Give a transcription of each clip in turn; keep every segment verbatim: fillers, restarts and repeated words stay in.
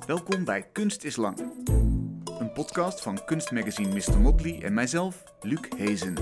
Welkom bij Kunst is Lang. Een podcast van kunstmagazine mister Motley en mijzelf, Luc Hezen.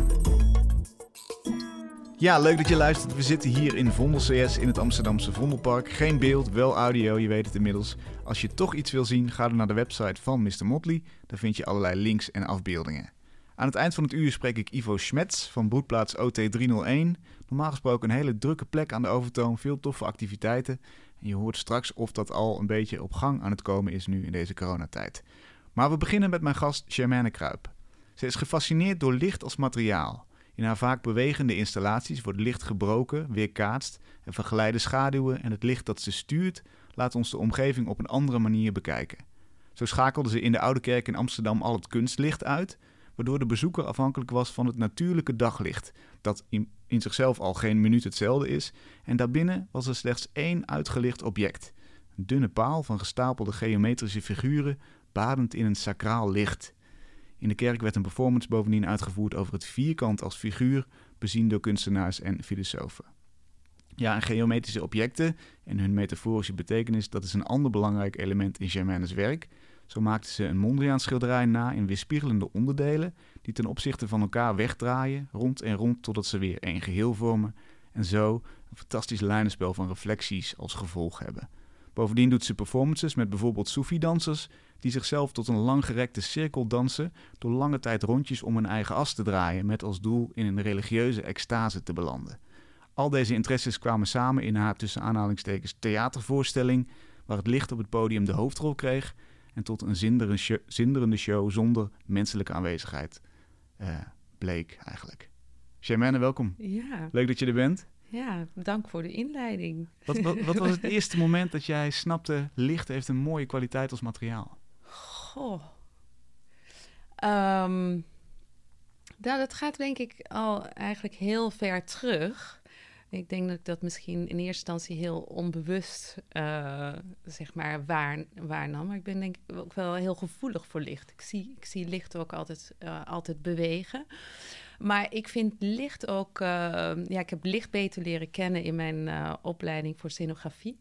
Ja, leuk dat je luistert. We zitten hier in Vondel C S in het Amsterdamse Vondelpark. Geen beeld, wel audio, je weet het inmiddels. Als je toch iets wil zien, ga dan naar de website van mister Motley. Daar vind je allerlei links en afbeeldingen. Aan het eind van het uur spreek ik Ivo Schmetz van broedplaats O T driehonderdéén. Normaal gesproken een hele drukke plek aan de Overtoom, veel toffe activiteiten. En je hoort straks of dat al een beetje op gang aan het komen is nu in deze coronatijd. Maar we beginnen met mijn gast Germaine Kruip. Ze is gefascineerd door licht als materiaal. In haar vaak bewegende installaties wordt licht gebroken, weerkaatst en vergeleide schaduwen en het licht dat ze stuurt laat ons de omgeving op een andere manier bekijken. Zo schakelde ze in de Oude Kerk in Amsterdam al het kunstlicht uit, waardoor de bezoeker afhankelijk was van het natuurlijke daglicht, dat in, in zichzelf al geen minuut hetzelfde is, en daarbinnen was er slechts één uitgelicht object. Een dunne paal van gestapelde geometrische figuren, badend in een sacraal licht. In de kerk werd een performance bovendien uitgevoerd over het vierkant als figuur, bezien door kunstenaars en filosofen. Ja, en geometrische objecten en hun metaforische betekenis, dat is een ander belangrijk element in Germaine's werk. Zo maakte ze een Mondriaan schilderij na in weerspiegelende onderdelen die ten opzichte van elkaar wegdraaien, rond en rond totdat ze weer één geheel vormen en zo een fantastisch lijnenspel van reflecties als gevolg hebben. Bovendien doet ze performances met bijvoorbeeld Soefi-dansers die zichzelf tot een langgerekte cirkel dansen door lange tijd rondjes om hun eigen as te draaien met als doel in een religieuze extase te belanden. Al deze interesses kwamen samen in haar tussen aanhalingstekens theatervoorstelling waar het licht op het podium de hoofdrol kreeg en tot een zinderende show, zinderende show zonder menselijke aanwezigheid uh, bleek eigenlijk. Germaine, welkom. Ja. Leuk dat je er bent. Ja, dank voor de inleiding. Wat, wat, wat was het eerste moment dat jij snapte, licht heeft een mooie kwaliteit als materiaal? Goh. Um, nou, dat gaat denk ik al eigenlijk heel ver terug. Ik denk dat ik dat misschien in eerste instantie heel onbewust uh, zeg maar waar, waarnam. Maar ik ben denk ik ook wel heel gevoelig voor licht. Ik zie, ik zie licht ook altijd, uh, altijd bewegen. Maar ik vind licht ook... Uh, ja, ik heb licht beter leren kennen in mijn uh, opleiding voor scenografie.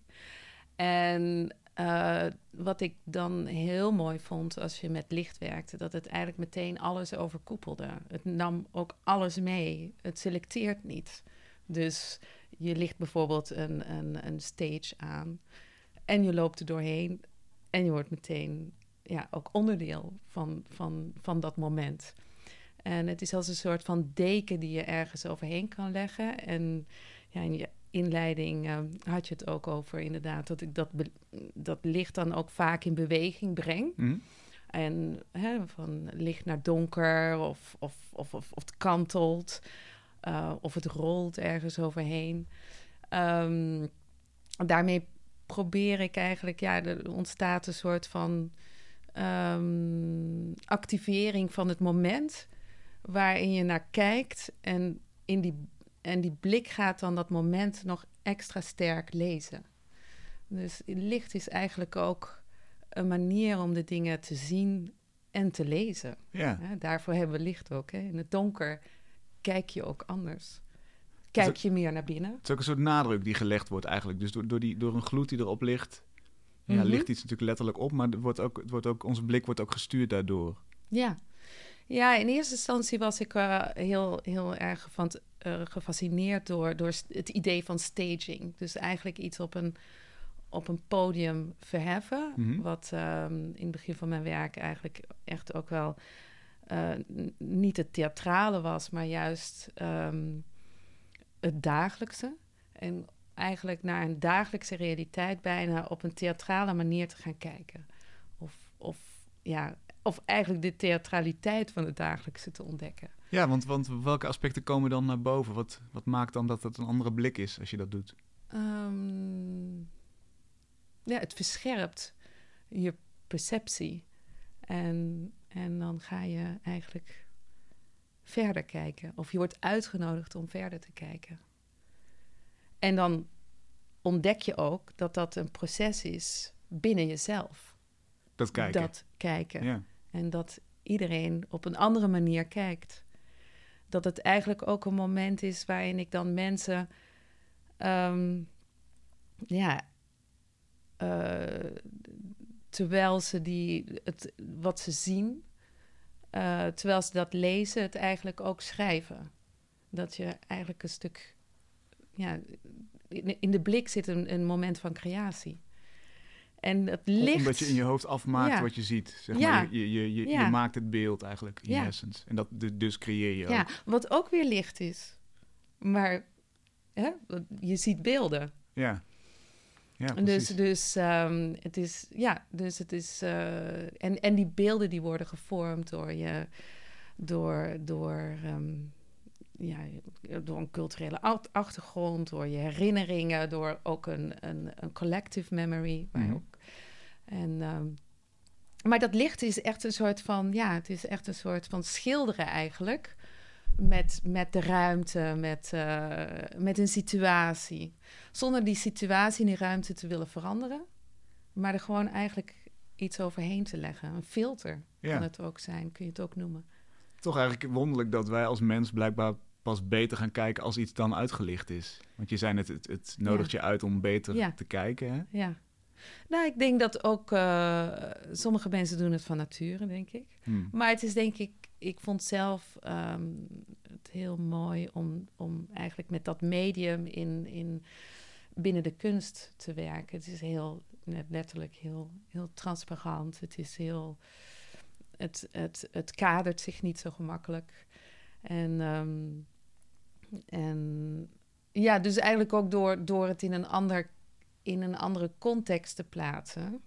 En uh, wat ik dan heel mooi vond als je met licht werkte, dat het eigenlijk meteen alles overkoepelde. Het nam ook alles mee. Het selecteert niet. Dus je ligt bijvoorbeeld een, een, een stage aan en je loopt er doorheen en je wordt meteen ja, ook onderdeel van, van, van dat moment. En het is als een soort van deken die je ergens overheen kan leggen. En ja, in je inleiding uh, had je het ook over inderdaad dat ik dat, be- dat licht dan ook vaak in beweging breng. Mm. En hè, van licht naar donker of, of, of, of, of het kantelt. Uh, of het rolt ergens overheen. Um, daarmee probeer ik eigenlijk... Ja, er ontstaat een soort van um, activering van het moment waarin je naar kijkt. En, in die, en die blik gaat dan dat moment nog extra sterk lezen. Dus licht is eigenlijk ook een manier om de dingen te zien en te lezen. Ja. Ja, daarvoor hebben we licht ook. Hè. In het donker kijk je ook anders. Kijk je meer naar binnen. Het is ook een soort nadruk die gelegd wordt eigenlijk. Dus door, door, die, door een gloed die erop ligt, ja, mm-hmm. ligt iets natuurlijk letterlijk op, maar het wordt ook, het wordt ook, onze blik wordt ook gestuurd daardoor. Ja, ja in eerste instantie was ik uh, heel, heel erg gefant, uh, gefascineerd door, door het idee van staging. Dus eigenlijk iets op een, op een podium verheffen, mm-hmm. wat um, in het begin van mijn werk eigenlijk echt ook wel Uh, n- niet het theatrale was, maar juist um, het dagelijkse. En eigenlijk naar een dagelijkse realiteit bijna op een theatrale manier te gaan kijken. Of, of, ja, of eigenlijk de theatraliteit van het dagelijkse te ontdekken. Ja, want, want welke aspecten komen dan naar boven? Wat, wat maakt dan dat het een andere blik is als je dat doet? Um, ja, het verscherpt je perceptie. En... En dan ga je eigenlijk verder kijken. Of je wordt uitgenodigd om verder te kijken. En dan ontdek je ook dat dat een proces is binnen jezelf. Dat kijken. Dat kijken. Ja. En dat iedereen op een andere manier kijkt. Dat het eigenlijk ook een moment is waarin ik dan mensen... Um, ja... Uh, terwijl ze die, het, wat ze zien, uh, terwijl ze dat lezen, het eigenlijk ook schrijven. Dat je eigenlijk een stuk, ja, in, in de blik zit een, een moment van creatie. En het licht... Omdat je in je hoofd afmaakt ja. wat je ziet. Zeg ja. maar. Je, je, je, ja. je maakt het beeld eigenlijk in ja. essence. En dat dus creëer je ook. Ja, wat ook weer licht is. Maar hè, je ziet beelden. Ja. Ja, dus dus um, het is ja, dus het is uh, en en die beelden die worden gevormd door je door door um, ja, door een culturele achtergrond, door je herinneringen, door ook een een, een collective memory. Maar mm-hmm. ook en um, maar dat licht is echt een soort van ja, het is echt een soort van schilderen eigenlijk. Met, met de ruimte, met, uh, met een situatie. Zonder die situatie en die ruimte te willen veranderen. Maar er gewoon eigenlijk iets overheen te leggen. Een filter ja. kan het ook zijn, kun je het ook noemen. Toch eigenlijk wonderlijk dat wij als mens blijkbaar pas beter gaan kijken als iets dan uitgelicht is. Want je zei net, het, het nodigt ja. je uit om beter ja. te kijken. Hè? Ja. Nou, ik denk dat ook uh, sommige mensen doen het van nature, denk ik. Hmm. Maar het is denk ik, ik vond zelf um, het heel mooi om, om eigenlijk met dat medium in, in binnen de kunst te werken. Het is heel, net letterlijk heel, heel transparant. Het is heel, het, het, het kadert zich niet zo gemakkelijk. En, um, en ja, dus eigenlijk ook door, door het in een ander in een andere context te plaatsen,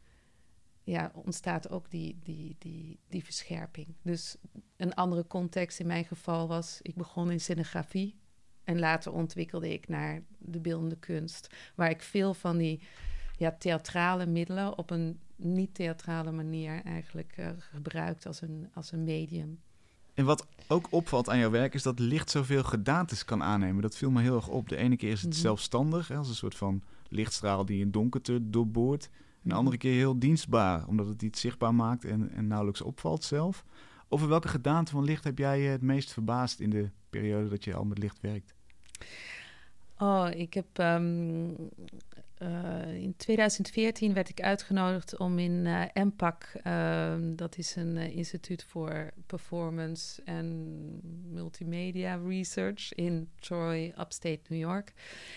ja, ontstaat ook die, die, die, die verscherping. Dus een andere context in mijn geval was, ik begon in scenografie en later ontwikkelde ik naar de beeldende kunst, waar ik veel van die ja, theatrale middelen op een niet-theatrale manier eigenlijk uh, gebruikt als een, als een medium. En wat ook opvalt aan jouw werk is dat licht zoveel gedaantes kan aannemen. Dat viel me heel erg op. De ene keer is het mm-hmm. zelfstandig, hè, als een soort van lichtstraal die een donkerte doorboort. En de andere keer heel dienstbaar, omdat het iets zichtbaar maakt en, en nauwelijks opvalt zelf. Over welke gedaante van licht heb jij je het meest verbaasd in de periode dat je al met licht werkt? Oh, ik heb... Um, uh, in tweeduizend veertien werd ik uitgenodigd om in uh, M P A C... Uh, dat is een uh, instituut voor performance en multimedia research in Troy, upstate New York.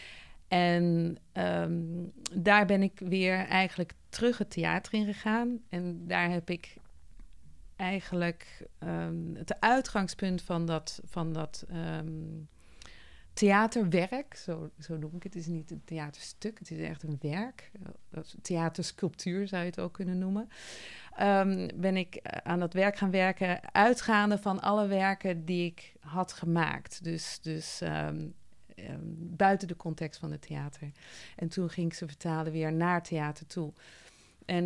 En um, daar ben ik weer eigenlijk terug het theater in gegaan. En daar heb ik eigenlijk um, het uitgangspunt van dat, van dat um, theaterwerk, zo, zo noem ik het. Het is niet een theaterstuk, het is echt een werk. Theatersculptuur zou je het ook kunnen noemen. Um, ben ik aan dat werk gaan werken, uitgaande van alle werken die ik had gemaakt. Dus... dus um, Um, buiten de context van het theater. En toen ging ik ze vertalen weer naar theater toe. En,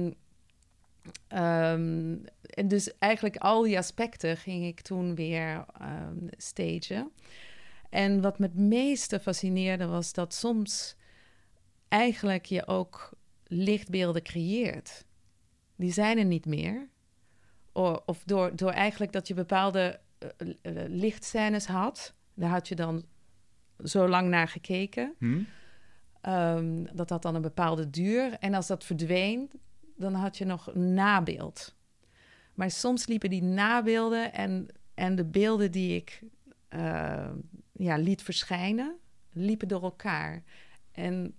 um, en dus eigenlijk al die aspecten ging ik toen weer um, stagen. En wat me het meeste fascineerde was dat soms eigenlijk je ook lichtbeelden creëert. Die zijn er niet meer. O, of door, door eigenlijk dat je bepaalde uh, uh, lichtscènes had. Daar had je dan zo lang naar gekeken. Hmm? Um, dat had dan een bepaalde duur. En als dat verdween, dan had je nog een nabeeld. Maar soms liepen die nabeelden en, en de beelden die ik uh, ja, liet verschijnen, liepen door elkaar. En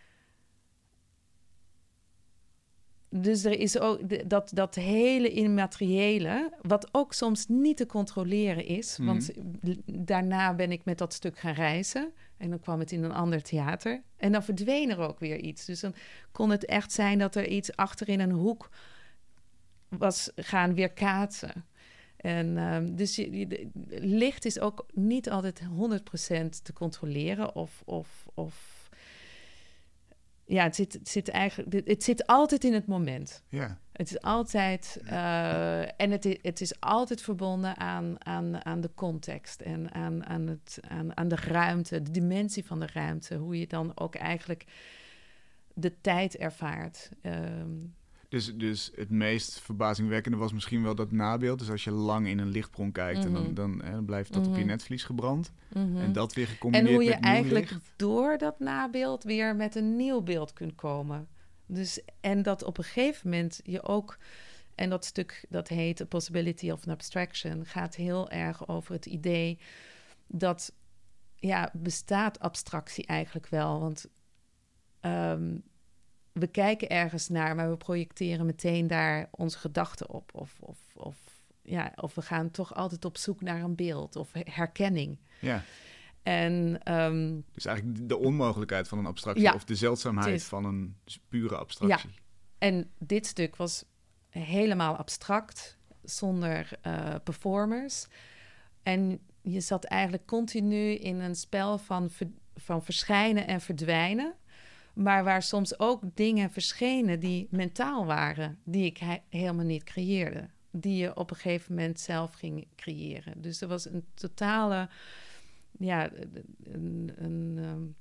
dus er is ook de, dat, dat hele immateriële, wat ook soms niet te controleren is. Mm. Want daarna ben ik met dat stuk gaan reizen. En dan kwam het in een ander theater. En dan verdween er ook weer iets. Dus dan kon het echt zijn dat er iets achter in een hoek was gaan weerkaatsen. En um, dus je, je, licht is ook niet altijd honderd procent te controleren of... of, of Ja, het zit, het zit eigenlijk. Het zit altijd in het moment. Ja. Het is altijd. Uh, en het is, het is altijd verbonden aan, aan, aan de context en aan, aan, het, aan, aan de ruimte, de dimensie van de ruimte. Hoe je dan ook eigenlijk de tijd ervaart. Um, Dus, dus het meest verbazingwekkende was misschien wel dat nabeeld. Dus als je lang in een lichtbron kijkt, mm-hmm. en dan, dan, hè, dan blijft dat mm-hmm. op je netvlies gebrand. Mm-hmm. En dat weer gecombineerd met En hoe je nieuw eigenlijk licht. door dat nabeeld weer met een nieuw beeld kunt komen. Dus, en dat op een gegeven moment je ook... En dat stuk, dat heet A Possibility of an Abstraction... gaat heel erg over het idee dat... ja, bestaat abstractie eigenlijk wel? Want um, we kijken ergens naar... maar we projecteren meteen daar onze gedachten op. Of, of, of, ja, of we gaan toch altijd op zoek naar een beeld of herkenning. Ja. En, um, dus eigenlijk de onmogelijkheid van een abstractie... Ja, of de zeldzaamheid is, van een pure abstractie. Ja, en dit stuk was helemaal abstract... zonder uh, performers. En je zat eigenlijk continu in een spel van, ver, van verschijnen en verdwijnen... maar waar soms ook dingen verschenen die mentaal waren... die ik he- helemaal niet creëerde. Die je op een gegeven moment zelf ging creëren. Dus er was een totale... ja, een, een, um,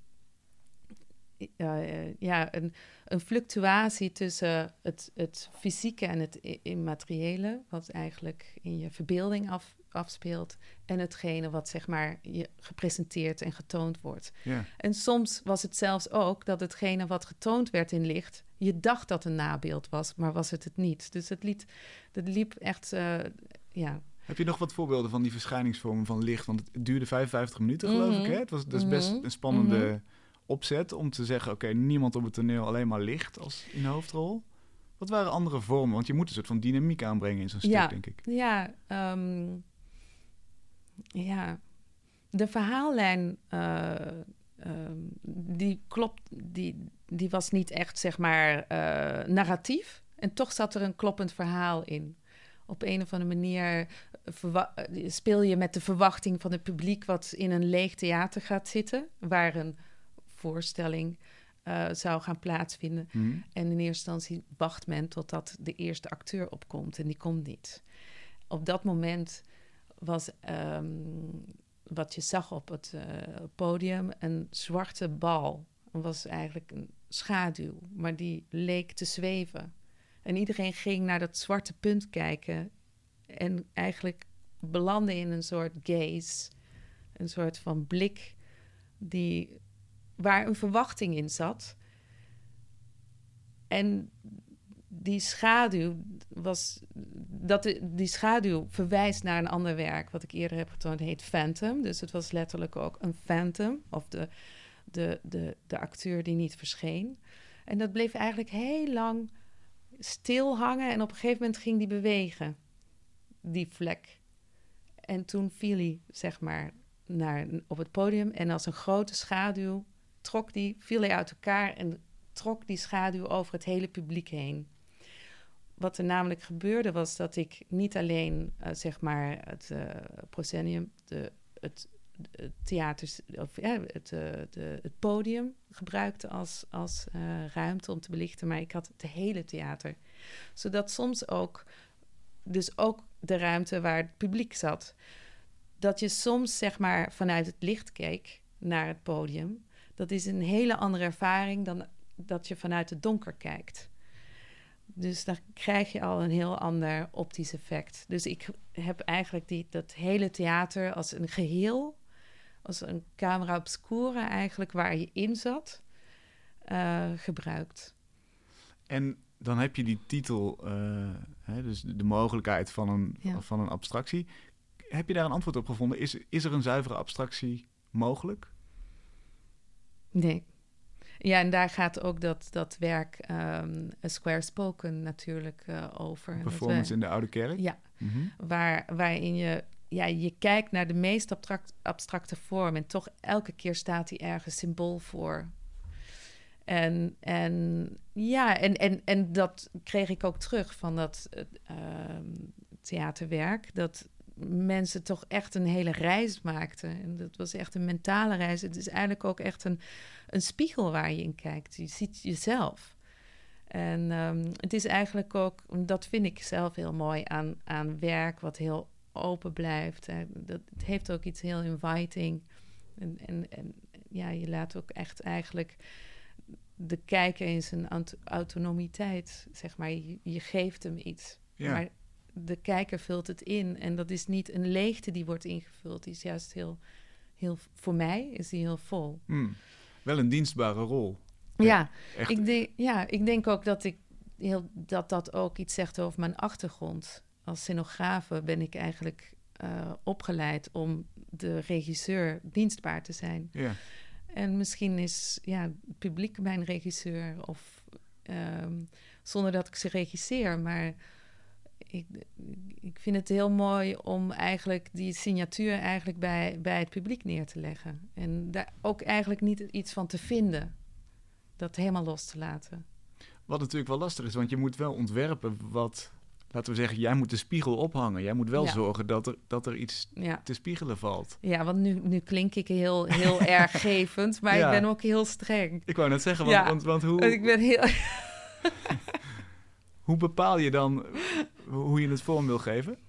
uh, ja, een, een fluctuatie tussen het, het fysieke en het immateriële... wat eigenlijk in je verbeelding af, afspeelt... en hetgene wat zeg maar je gepresenteerd en getoond wordt. Ja. En soms was het zelfs ook dat hetgene wat getoond werd in licht... je dacht dat een nabeeld was, maar was het het niet. Dus het, liet, het liep echt... Uh, ja... Heb je nog wat voorbeelden van die verschijningsvormen van licht? Want het duurde vijfenvijftig minuten, geloof mm-hmm. ik. Hè? Het was dus best mm-hmm. een spannende mm-hmm. opzet om te zeggen... oké, okay, niemand op het toneel, alleen maar licht als in de hoofdrol. Wat waren andere vormen? Want je moet een soort van dynamiek aanbrengen in zo'n stuk, ja, denk ik. Ja, um, ja. De verhaallijn, uh, um, die klopt, die, die was niet echt, zeg maar, uh, narratief. En toch zat er een kloppend verhaal in. Op een of andere manier verwa- speel je met de verwachting van het publiek... wat in een leeg theater gaat zitten... waar een voorstelling uh, zou gaan plaatsvinden. Mm-hmm. En in eerste instantie wacht men totdat de eerste acteur opkomt... en die komt niet. Op dat moment was um, wat je zag op het uh, podium... een zwarte bal. Dat was eigenlijk een schaduw, maar die leek te zweven... En iedereen ging naar dat zwarte punt kijken... en eigenlijk belandde in een soort gaze. Een soort van blik die, waar een verwachting in zat. En die schaduw was... Dat de, die schaduw verwijst naar een ander werk... wat ik eerder heb getoond, heet Phantom. Dus het was letterlijk ook een phantom... of de, de, de, de acteur die niet verscheen. En dat bleef eigenlijk heel lang... stil hangen en op een gegeven moment ging die bewegen, die vlek. En toen viel hij, zeg maar, naar, op het podium... en als een grote schaduw trok die, viel hij uit elkaar... en trok die schaduw over het hele publiek heen. Wat er namelijk gebeurde was dat ik niet alleen, uh, zeg maar, het uh, proscenium... De, het, het theater, of ja, het, uh, de, het podium gebruikte als, als uh, ruimte om te belichten... maar ik had het hele theater. Zodat soms ook, dus ook de ruimte waar het publiek zat... dat je soms, zeg maar, vanuit het licht keek naar het podium... dat is een hele andere ervaring dan dat je vanuit het donker kijkt. Dus dan krijg je al een heel ander optisch effect. Dus ik heb eigenlijk die, dat hele theater als een geheel... als een camera obscura eigenlijk, waar je in zat, uh, gebruikt. En dan heb je die titel, uh, hè, dus de mogelijkheid van een, ja. van een abstractie. Heb je daar een antwoord op gevonden? Is, is er een zuivere abstractie mogelijk? Nee. Ja, en daar gaat ook dat, dat werk um, A Square Spoken natuurlijk uh, over. Performance we, in de Oude Kerk? Ja, mm-hmm. waar, waarin je... Ja, je kijkt naar de meest abstract, abstracte vorm... en toch elke keer staat hij ergens symbool voor. En, en ja, en, en, en dat kreeg ik ook terug van dat uh, theaterwerk... dat mensen toch echt een hele reis maakten. En dat was echt een mentale reis. Het is eigenlijk ook echt een, een spiegel waar je in kijkt. Je ziet jezelf. En um, het is eigenlijk ook... dat vind ik zelf heel mooi aan, aan werk... wat heel open blijft. Hè. Dat, het heeft ook iets heel inviting. En, en, en ja, je laat ook echt eigenlijk de kijker in zijn aut- autonomiteit, zeg maar. Je, je geeft hem iets. Ja. Maar de kijker vult het in. En dat is niet een leegte die wordt ingevuld. Die is juist heel, heel voor mij is die heel vol. Hmm. Wel een dienstbare rol. Ja, Echt, ik denk, ja, ik denk ook dat, ik heel, dat dat ook iets zegt over mijn achtergrond. Als scenografe ben ik eigenlijk uh, opgeleid om de regisseur dienstbaar te zijn. ja. En misschien is ja, het publiek mijn regisseur, of um, zonder dat ik ze regisseer. Maar ik, ik vind het heel mooi om eigenlijk die signatuur eigenlijk bij, bij het publiek neer te leggen. En daar ook eigenlijk niet iets van te vinden. Dat helemaal los te laten. Wat natuurlijk wel lastig is, want je moet wel ontwerpen wat... Laten we zeggen, jij moet de spiegel ophangen. Jij moet wel ja. zorgen dat er, dat er iets ja. te spiegelen valt. Ja, want nu, nu klink ik heel, heel erg gevend, maar ja. ik ben ook heel streng. Ik wou net zeggen, want, ja. want, want hoe... Ik ben heel... hoe bepaal je dan hoe je het vorm wil geven?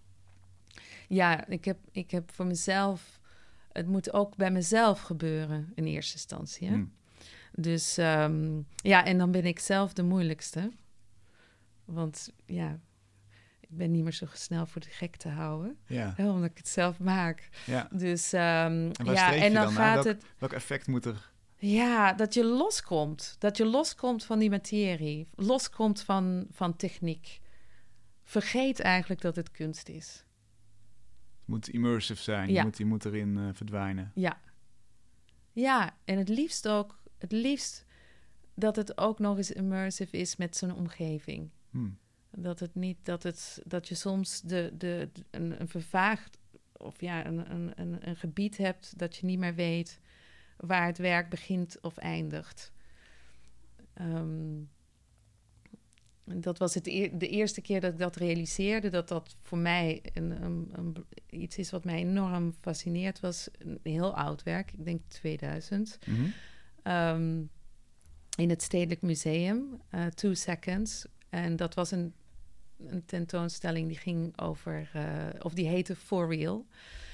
Ja, ik heb, ik heb voor mezelf... Het moet ook bij mezelf gebeuren in eerste instantie, hè? Hmm. Dus um, ja, en dan ben ik zelf de moeilijkste. Want ja... Ik ben niet meer zo snel voor de gek te houden. Ja. Hè, omdat ik het zelf maak. Ja. Dus um, en waar ja, en dan, dan gaat welk, het. Welk effect moet er? Ja, dat je loskomt. Dat je loskomt van die materie. Loskomt van, van techniek. Vergeet eigenlijk dat het kunst is. Het moet immersive zijn. Ja. Je, moet, je moet erin uh, verdwijnen. Ja. Ja, en het liefst ook. Het liefst dat het ook nog eens immersive is met zo'n omgeving. Hmm. Dat het niet, dat het, dat je soms de, de, de, een, een vervaagd of ja, een, een, een, een gebied hebt dat je niet meer weet waar het werk begint of eindigt. Um, dat was het e- de eerste keer dat ik dat realiseerde, dat dat voor mij een, een, een, iets is wat mij enorm fascineert, was een heel oud werk, ik denk tweeduizend. Mm-hmm. Um, in het Stedelijk Museum, uh, Two Seconds. En dat was een een tentoonstelling die ging over... Uh, of die heette For Real.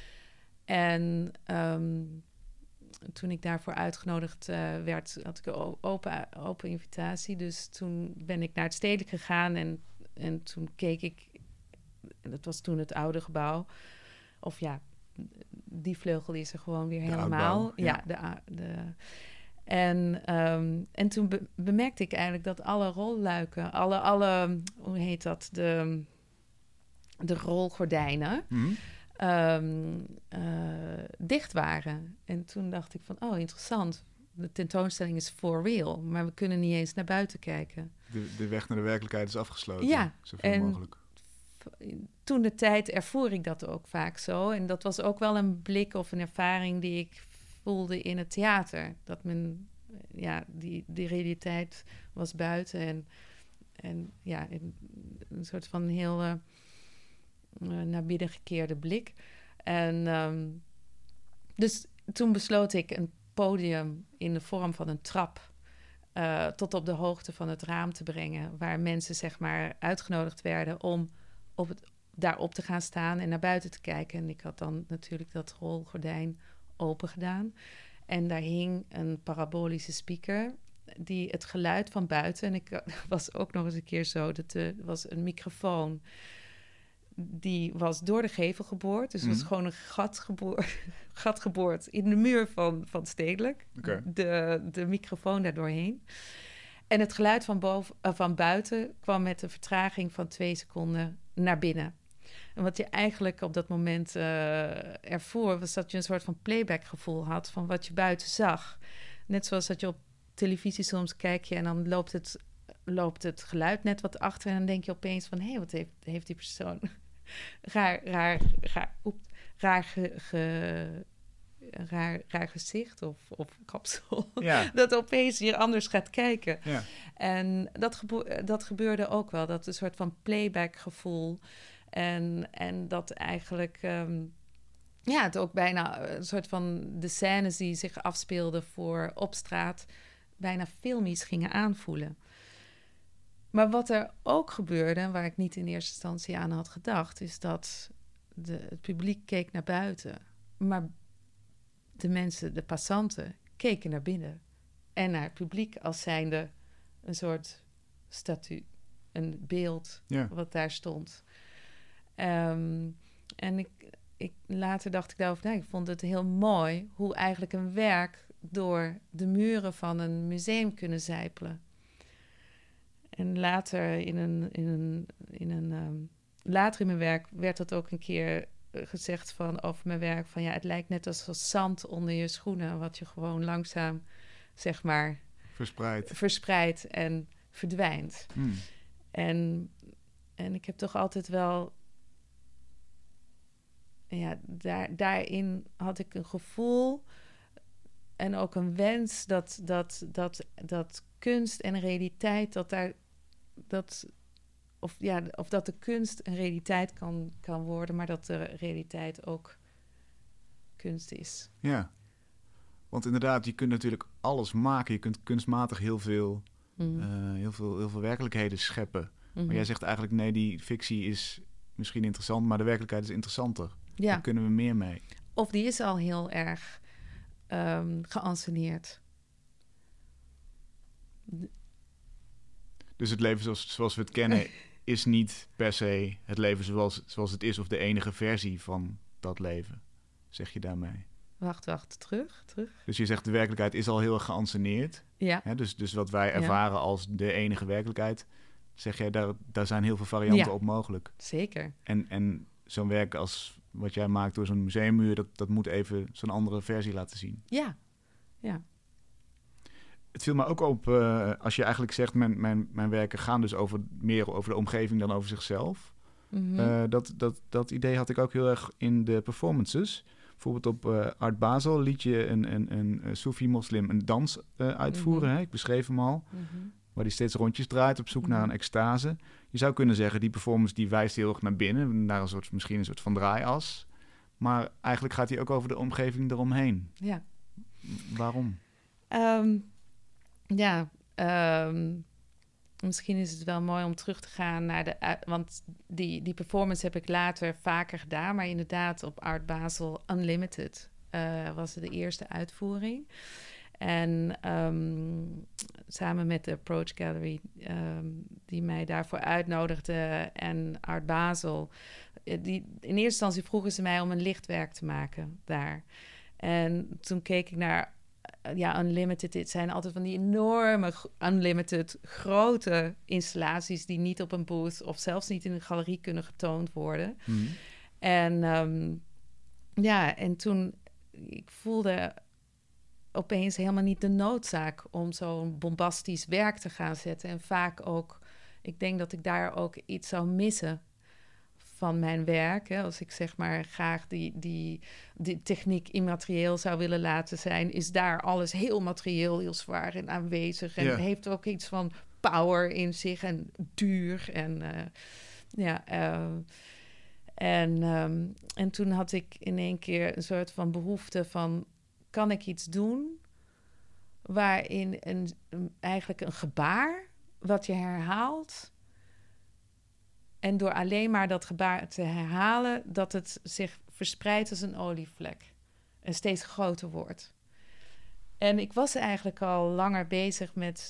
En um, toen ik daarvoor uitgenodigd uh, werd... had ik een open, open invitatie. Dus toen ben ik naar het Stedelijk gegaan... en, en toen keek ik... en dat was toen het oude gebouw. Of ja, die vleugel is er gewoon weer de helemaal. Uitbouw, ja, ja, de... de En, um, en toen be- bemerkte ik eigenlijk dat alle rolluiken, alle, alle hoe heet dat, de, de rolgordijnen, mm-hmm. um, uh, dicht waren. En toen dacht ik van, oh, interessant. De tentoonstelling is for real, maar we kunnen niet eens naar buiten kijken. De, de weg naar de werkelijkheid is afgesloten, ja, zoveel en mogelijk. Toen de tijd ervoer ik dat ook vaak zo. En dat was ook wel een blik of een ervaring die ik voelde in het theater. Dat men, ja, die, die realiteit was buiten. En, en ja, een, een soort van heel uh, naar binnen gekeerde blik. En um, dus toen besloot ik een podium in de vorm van een trap uh, tot op de hoogte van het raam te brengen, waar mensen zeg maar uitgenodigd werden om op het, daarop te gaan staan en naar buiten te kijken. En ik had dan natuurlijk dat rolgordijn open gedaan. En daar hing een parabolische speaker die het geluid van buiten... en ik was ook nog eens een keer zo... dat er was een microfoon... die was door de gevel geboord. Dus het mm. was gewoon een gat geboord, gat geboord in de muur van, van Stedelijk. Okay. De, de microfoon daar doorheen. En het geluid van, boven, uh, van buiten kwam met een vertraging van twee seconden naar binnen. En wat je eigenlijk op dat moment uh, ervoor... was dat je een soort van playback-gevoel had... van wat je buiten zag. Net zoals dat je op televisie soms kijk je... en dan loopt het, loopt het geluid net wat achter... en dan denk je opeens van... hé, hey, wat heeft, heeft die persoon... raar, raar, raar, oep, raar, ge, ge, raar, raar gezicht of, of kapsel... Ja. dat opeens weer anders gaat kijken. Ja. En dat, gebo- dat gebeurde ook wel. Dat een soort van playback-gevoel... En, en dat eigenlijk, um, ja, het ook bijna een soort van de scènes die zich afspeelden voor op straat, bijna filmisch gingen aanvoelen. Maar wat er ook gebeurde, waar ik niet in eerste instantie aan had gedacht, is dat de, het publiek keek naar buiten. Maar de mensen, de passanten, keken naar binnen. En naar het publiek als zijnde een soort statuut, een beeld ja. wat daar stond. Um, en ik, ik, later dacht ik daarover na. Ik vond het heel mooi hoe eigenlijk een werk door de muren van een museum kunnen zijpelen. En later in een, in een, in een um, later in mijn werk werd dat ook een keer gezegd van over mijn werk van ja, het lijkt net als, als zand onder je schoenen, wat je gewoon langzaam, zeg maar, verspreidt, verspreidt en verdwijnt. Hmm. En, en ik heb toch altijd wel, ja, daar, daarin had ik een gevoel en ook een wens dat, dat, dat, dat kunst en realiteit, dat daar, dat, of, ja, of dat de kunst een realiteit kan, kan worden, maar dat de realiteit ook kunst is. Ja, want inderdaad, je kunt natuurlijk alles maken. Je kunt kunstmatig heel veel, Mm-hmm. uh, heel veel, heel veel werkelijkheden scheppen. Mm-hmm. Maar jij zegt eigenlijk, nee, die fictie is misschien interessant, maar de werkelijkheid is interessanter. Ja. Daar kunnen we meer mee. Of die is al heel erg um, geanceneerd. Dus het leven zoals, zoals we het kennen is niet per se het leven zoals, zoals het is of de enige versie van dat leven, zeg je daarmee? Wacht, wacht, terug, terug. Dus je zegt de werkelijkheid is al heel erg geanceneerd. Ja. Hè? Dus, dus wat wij ervaren ja. als de enige werkelijkheid, zeg jij, daar, daar zijn heel veel varianten ja. op mogelijk. Zeker. En, en zo'n werk als wat jij maakt door zo'n museummuur, dat, dat moet even zo'n andere versie laten zien. Ja, ja. Het viel me ook op, uh, als je eigenlijk zegt, mijn, mijn, mijn werken gaan dus over, meer over de omgeving dan over zichzelf. Mm-hmm. Uh, dat, dat, dat idee had ik ook heel erg in de performances. Bijvoorbeeld op uh, Art Basel liet je een, een, een, een Soefi-moslim een dans uh, uitvoeren. Mm-hmm. Hè? Ik beschreef hem al. Mm-hmm. Waar hij steeds rondjes draait op zoek mm-hmm. naar een extase. Je zou kunnen zeggen, die performance die wijst heel erg naar binnen. Naar een soort, misschien een soort van draaias. Maar eigenlijk gaat hij ook over de omgeving eromheen. Ja. Waarom? Um, ja, um, misschien is het wel mooi om terug te gaan naar de... Want die, die performance heb ik later vaker gedaan. Maar inderdaad op Art Basel Unlimited uh, was het de eerste uitvoering. En um, samen met de Approach Gallery, um, die mij daarvoor uitnodigde, en Art Basel, die, in eerste instantie vroegen ze mij om een lichtwerk te maken daar. En toen keek ik naar, ja, Unlimited, dit zijn altijd van die enorme, unlimited, grote installaties die niet op een booth of zelfs niet in een galerie kunnen getoond worden. Mm-hmm. En um, ja, en toen, ik voelde opeens helemaal niet de noodzaak om zo'n bombastisch werk te gaan zetten. En vaak ook, ik denk dat ik daar ook iets zou missen van mijn werk. Hè. Als ik zeg maar graag die, die, die techniek immaterieel zou willen laten zijn, is daar alles heel materieel, heel zwaar en aanwezig. En ja. heeft ook iets van power in zich en duur. En uh, ja, uh, en, um, en toen had ik in één keer een soort van behoefte van, kan ik iets doen waarin een, een, eigenlijk een gebaar wat je herhaalt, en door alleen maar dat gebaar te herhalen, dat het zich verspreidt als een olievlek en steeds groter wordt. En ik was eigenlijk al langer bezig met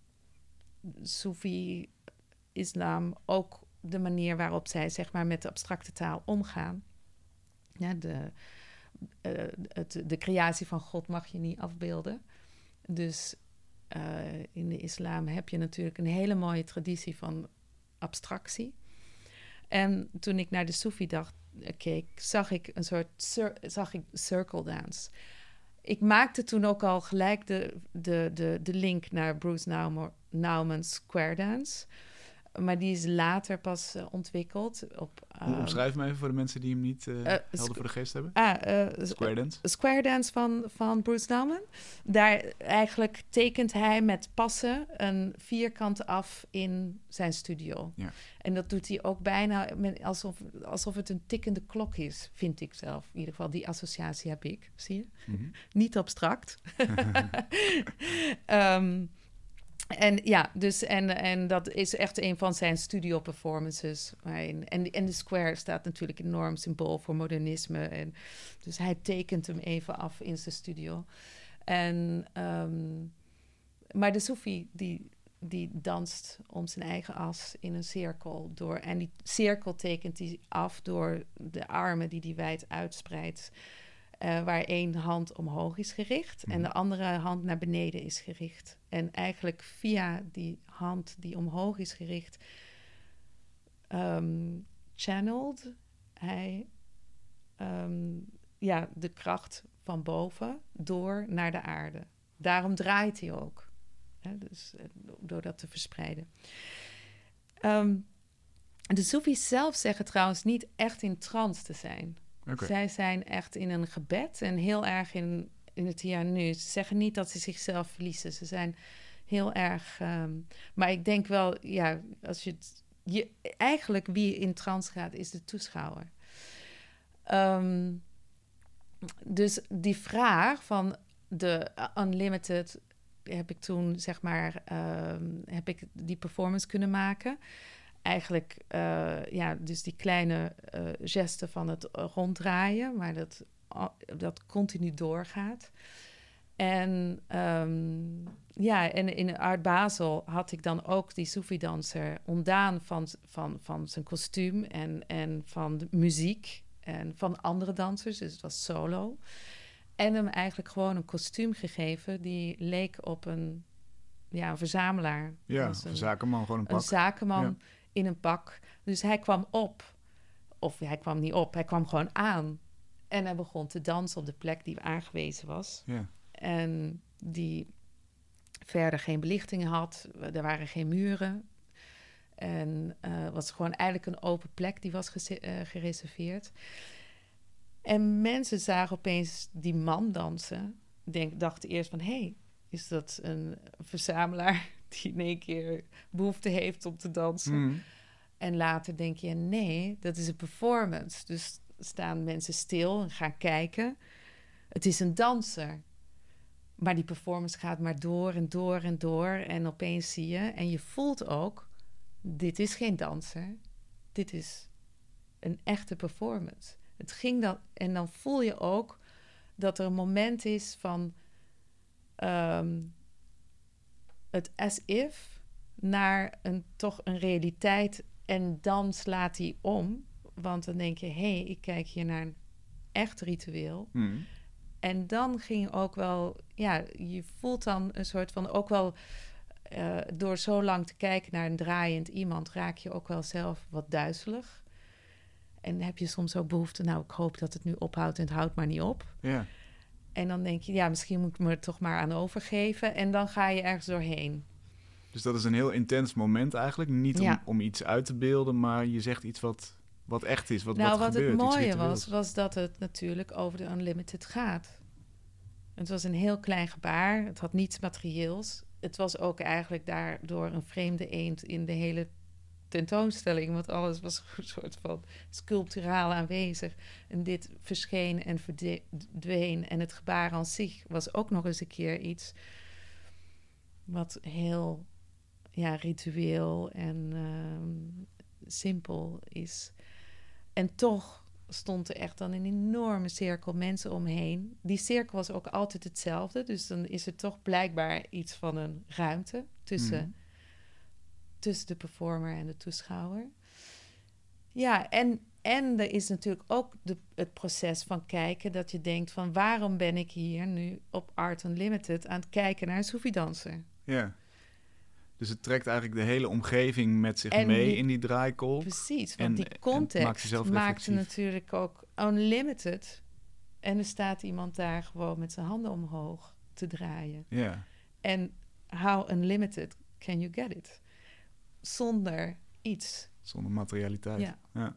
Soefi, islam, ook de manier waarop zij zeg maar met de abstracte taal omgaan. Ja, de, uh, het, de creatie van God mag je niet afbeelden. Dus uh, in de islam heb je natuurlijk een hele mooie traditie van abstractie. En toen ik naar de Soefi dacht, keek, zag ik een soort cir- zag ik circle dance. Ik maakte toen ook al gelijk de, de, de, de link naar Bruce Nauman, Nauman's Square Dance. Maar die is later pas uh, ontwikkeld. Op, uh, Omschrijf me even voor de mensen die hem niet uh, uh, helder squ- voor de geest hebben. Ah, uh, Square Dance. Uh, Square Dance van, van Bruce Nauman. Daar eigenlijk tekent hij met passen een vierkant af in zijn studio. Ja. En dat doet hij ook bijna met, alsof, alsof het een tikkende klok is, vind ik zelf. In ieder geval, die associatie heb ik, zie je? Mm-hmm. Niet abstract. um, En ja, dus en, en dat is echt een van zijn studio performances. Waarin, en, en de square staat natuurlijk een enorm symbool voor modernisme. En dus hij tekent hem even af in zijn studio. En, um, maar de Soefi, die, die danst om zijn eigen as in een cirkel. Door, en die cirkel tekent hij af door de armen die hij wijd uitspreidt. Uh, waar één hand omhoog is gericht en de andere hand naar beneden is gericht. En eigenlijk via die hand die omhoog is gericht, um, channeled hij um, ja, de kracht van boven door naar de aarde. Daarom draait hij ook. Hè, dus, door dat te verspreiden. Um, de Soefies zelf zeggen trouwens niet echt in trance te zijn. Okay. Zij zijn echt in een gebed en heel erg in, in het hier en nu. Ze zeggen niet dat ze zichzelf verliezen. Ze zijn heel erg... Um, maar ik denk wel, ja, als je het... Je, eigenlijk wie in trance gaat, is de toeschouwer. Um, dus die vraag van de Unlimited... heb ik toen, zeg maar... Um, heb ik die performance kunnen maken... Eigenlijk, uh, ja, dus die kleine uh, gesten van het ronddraaien, maar dat, dat continu doorgaat. En um, ja, en in Art Basel had ik dan ook die Soefi-danser ontdaan van, van, van zijn kostuum en, en van de muziek en van andere dansers, dus het was solo. En hem eigenlijk gewoon een kostuum gegeven die leek op een, ja, een verzamelaar. Ja, een, een zakenman, gewoon een pak. Een zakenman. Ja. In een pak. Dus hij kwam op. Of hij kwam niet op. Hij kwam gewoon aan. En hij begon te dansen op de plek die aangewezen was. Ja. En die verder geen belichting had. Er waren geen muren. En het uh, was gewoon eigenlijk een open plek die was gese- uh, gereserveerd. En mensen zagen opeens die man dansen. Denk, dachten eerst van... hé, hey, is dat een verzamelaar... die in één keer behoefte heeft om te dansen. Mm. En later denk je, nee, dat is een performance. Dus staan mensen stil en gaan kijken. Het is een danser. Maar die performance gaat maar door en door en door. En opeens zie je, en je voelt ook... dit is geen danser. Dit is een echte performance. Het ging dan, en dan voel je ook dat er een moment is van... Um, het as if naar een, toch een realiteit en dan slaat hij om. Want dan denk je, hé, hey, ik kijk hier naar een echt ritueel. Mm. En dan ging ook wel, ja, je voelt dan een soort van ook wel... Uh, door zo lang te kijken naar een draaiend iemand... raak je ook wel zelf wat duizelig. En heb je soms ook behoefte... nou, ik hoop dat het nu ophoudt en het houdt maar niet op. Ja. En dan denk je, ja, misschien moet ik me er toch maar aan overgeven. En dan ga je ergens doorheen. Dus dat is een heel intens moment eigenlijk. Niet om, ja. om iets uit te beelden, maar je zegt iets wat, wat echt is, wat, nou, wat, wat gebeurt. Nou, wat het mooie was, was dat het natuurlijk over de Unlimited gaat. Het was een heel klein gebaar. Het had niets materieels. Het was ook eigenlijk daardoor een vreemde eend in de hele tentoonstelling. Want alles was een soort van sculpturaal aanwezig. En dit verscheen en verdween. En het gebaar aan zich was ook nog eens een keer iets... wat heel ja, ritueel en uh, simpel is. En toch stond er echt dan een enorme cirkel mensen omheen. Die cirkel was ook altijd hetzelfde. Dus dan is er toch blijkbaar iets van een ruimte tussen... Mm. tussen de performer en de toeschouwer. Ja, en, en er is natuurlijk ook de, het proces van kijken... dat je denkt van waarom ben ik hier nu op Art Unlimited... aan het kijken naar een Soefi-danser? Ja. Dus het trekt eigenlijk de hele omgeving met zich en mee die, in die draaikolk. Precies, want en, die context maakte natuurlijk ook Unlimited. En er staat iemand daar gewoon met zijn handen omhoog te draaien. Ja. En how unlimited can you get it? Zonder iets. Zonder materialiteit. Ja. Ja,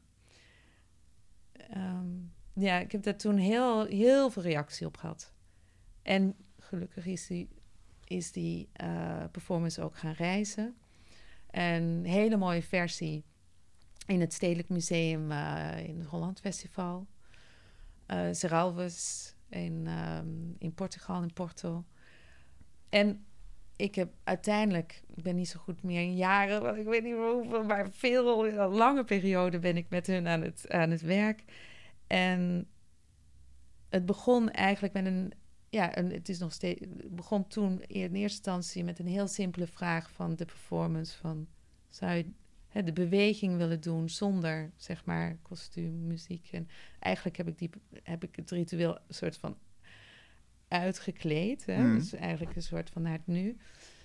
um, ja ik heb daar toen heel, heel veel reactie op gehad. En gelukkig is die, is die uh, performance ook gaan reizen. Een hele mooie versie in het Stedelijk Museum uh, in het Holland Festival. Uh, Zeralves in, um, in Portugal, in Porto. En ik heb uiteindelijk, ik ben niet zo goed meer in jaren, want ik weet niet meer hoeveel, maar veel, een lange periode ben ik met hun aan het, aan het werk. En het begon eigenlijk met een, ja, een, het is nog steeds, het begon toen in eerste instantie met een heel simpele vraag van de performance van, zou je hè, de beweging willen doen zonder, zeg maar, kostuum, muziek. En eigenlijk heb ik, die, heb ik het ritueel een soort van uitgekleed. Hè? Mm. Dus eigenlijk een soort van naar het nu.